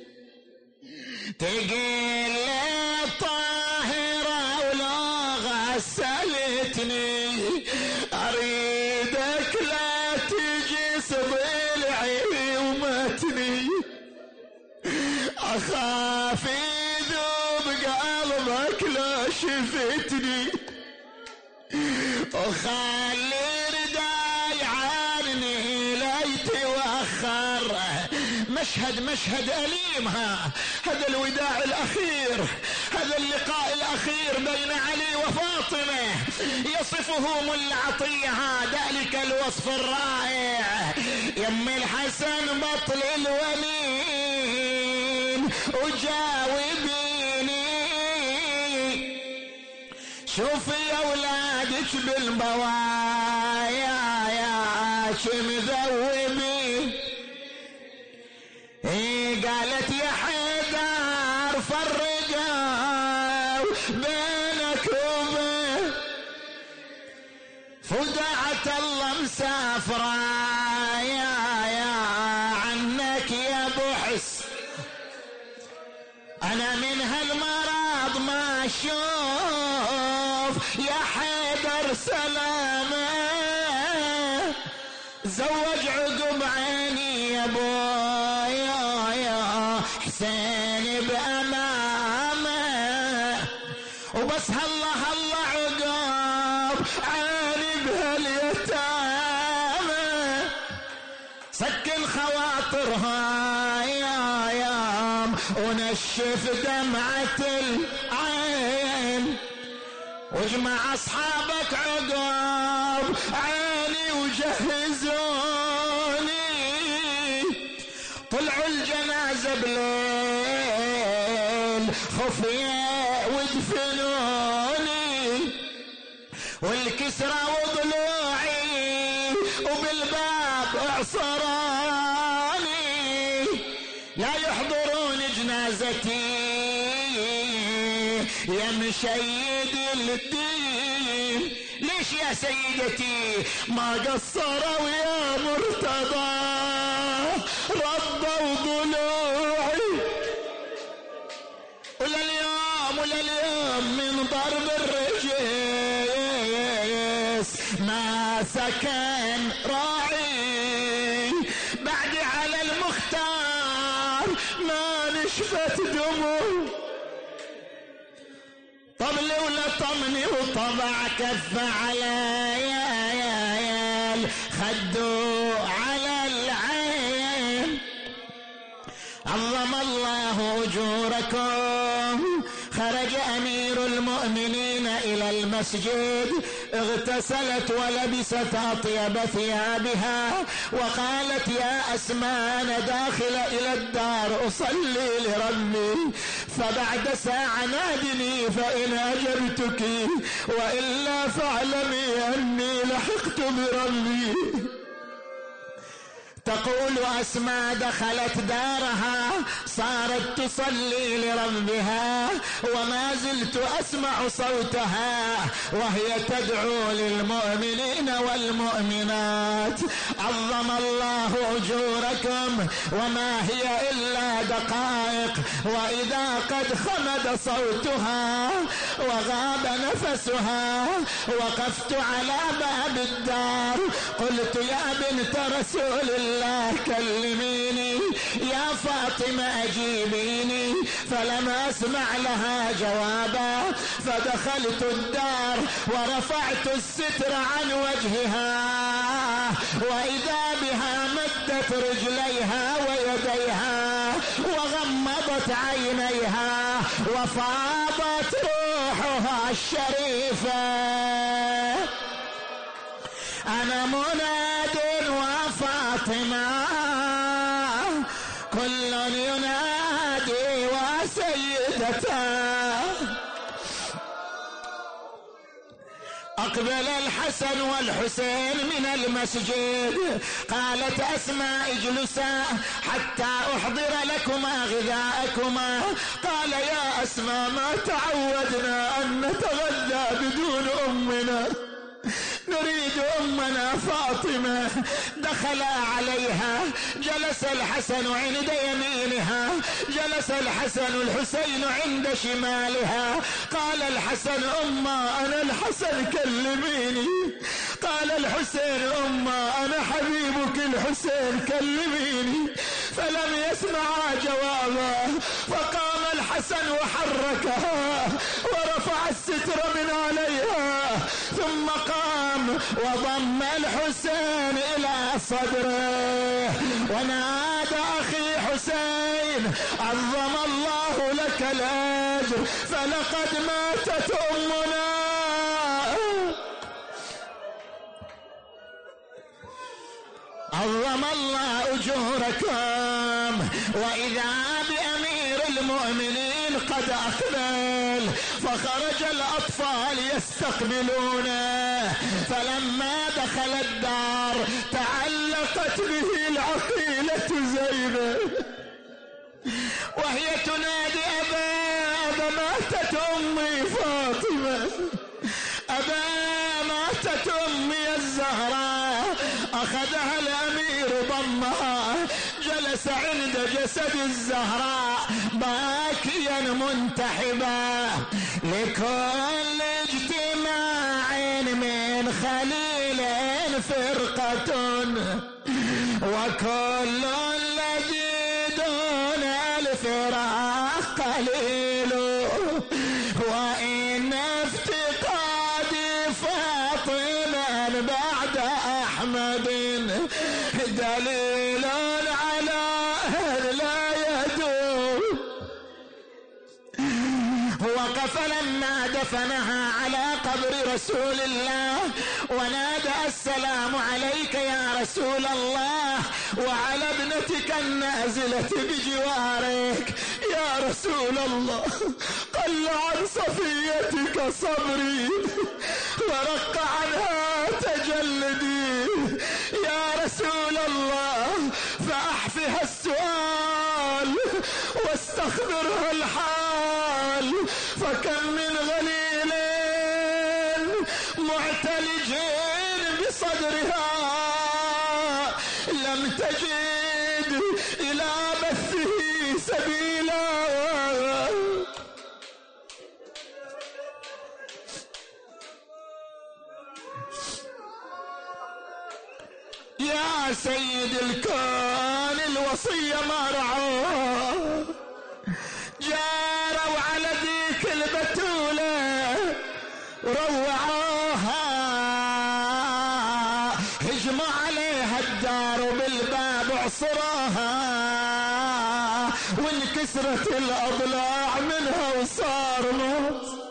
Speaker 1: تقل الطاهرة ولا غسلتني، أريدك لا تجي ضلعي ومتني، أخاف يذوب قلبك لو شفتني، وخلي رداي عني لا يتوخر. مشهد مشهد أليم. ها هذا الوداع الأخير، هذا اللقاء الأخير بين علي وفاطمة يصفه ملا عطية ذلك الوصف الرائع: يم الحسن بطل الونين وجاوبيني، شوفي يا اولادك بالبوايا يا مذوبين. إيه قالت يا حيدر فرقوا بينك وبين فدعت الله مسافرة يا يا عنك يا ابو حس. انا من هالمرض ما اشوف يا حيدر سلامه زوج عقب عيني يا ابويا يا حسين بامامه وبس هلا هلا عقب عيني بهاليتامه سكن خواطرها يا يام ونشف دمعة العين واجمع اصحابك عقب عيني وجهزوني. طلعوا الجنازة بليل خفية ودفنوني والكسرى وضلوعي وبالباب اعصراني لا يحضرون جنازتي يا مشيد الدين. ليش يا سيدتي ما قصروا يا مرتضى ربوا ضلوعي ولليوم ولليوم من ضرب الرجيس ما سكن راعي بعد على المختار ما نشفت دموع طبلي ولا طمني وطبع كف على يا يا يا خدوا على العين. عظم الله اجوركم. خرج امير المؤمنين الى المسجد اغتسلت ولبست اطيب ثيابها وقالت يا اسماء انا داخله الى الدار اصلي لربي فبعد ساعه نادني فان اجبتك والا فاعلمي اني لحقت بربي. تقول أسماء دخلت دارها صارت تصلي لربها وما زلت أسمع صوتها وهي تدعو للمؤمنين والمؤمنات. عظم الله أجوركم وما هي إلا دقائق وإذا قد خمد صوتها وغاب نفسها وقفت على باب الدار قلت يا بنت رسول الله كلميني يا فاطمة أجيبيني فلم أسمع لها جوابا فدخلت الدار ورفعت الستر عن وجهها وإذا بها مدت رجليها ويديها وغمضت عينيها وفاضت روحها الشريفة. أنا مناد وفاطمة كل ينادي وسيدته. أقبل الحسن والحسين من المسجد قالت أسماء اجلسا حتى أحضر لكما غذاءكما. قال يا أسماء ما تعودنا أن نتغذى بدون أمنا نريد أمنا فاطمة. دخل عليها جلس الحسن عند يمينها جلس الحسن الحسين عند شمالها. قال الحسن أما أنا الحسن كلميني. قال الحسين أما أنا حبيبك الحسين كلميني. فلم يسمع جوابا فقام الحسن وحركها ورفع الستر من عليها ثم قام وضم الحسين إلى صدره ونادى أخي حسين عظم الله لك الأجر فلقد ماتت أمنا. عظم الله أجوركم. وإذا بأمير المؤمنين قد أقبل فخرج الأطفال يستقبلونه، فلما دخل الدار تعلقت به العقيلة زينب وهي تنادي أبا أبا ماتت أمي فاطمة، أبا ماتت أمي الزهراء. أخذها الأمير ضمها، جلس عند جسد الزهراء باكيا منتحبا. لكل اجتماع من خليل فرقة، وكل الذي دون الفراق قليل، وإن افتقاد فاطمة بعد أحمد دليل على لا يدوم. وقف لما دفنها على قبر رسول الله ونادى السلام عليك يا رسول الله وعلى ابنتك النازلة بجوارك يا رسول الله. قل عن صفيتك صبري ورق عنها تجلدي يا رسول الله، فأحفها السؤال واستخبرها الحال. فكم من غليل معتلج بصدرها لم تجد إلى بثه سبيلا. يا سيد الكون الوصية ما رعوه، جاروا على ذيك البتولة روعوها، هجموا عليها الدار وبالباب عصروها، وانكسرت الأضلاع منها وصار موت.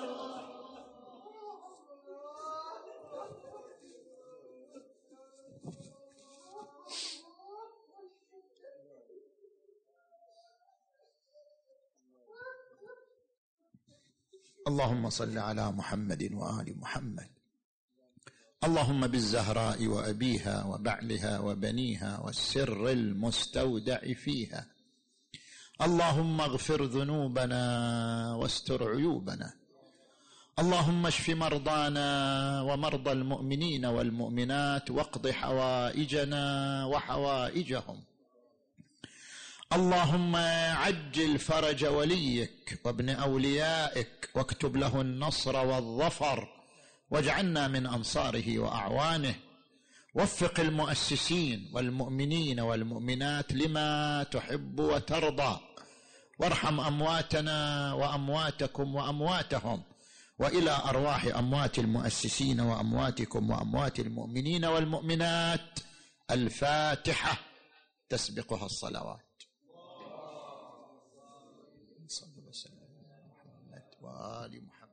Speaker 2: اللهم صل على محمد وآل محمد. اللهم بالزهراء وأبيها وبعلها وبنيها والسر المستودع فيها، اللهم اغفر ذنوبنا واستر عيوبنا. اللهم اشف مرضانا ومرضى المؤمنين والمؤمنات واقض حوائجنا وحوائجهم. اللهم عجل فرج وليك وابن أوليائك واكتب له النصر والظفر، واجعلنا من أنصاره وأعوانه. وفق المؤسسين والمؤمنين والمؤمنات لما تحب وترضى، وارحم أمواتنا وأمواتكم وأمواتهم، وإلى أرواح أموات المؤسسين وأمواتكم وأموات المؤمنين والمؤمنات الفاتحة تسبقها الصلوات. صلى الله عليه وسلم محمد وآل محمد.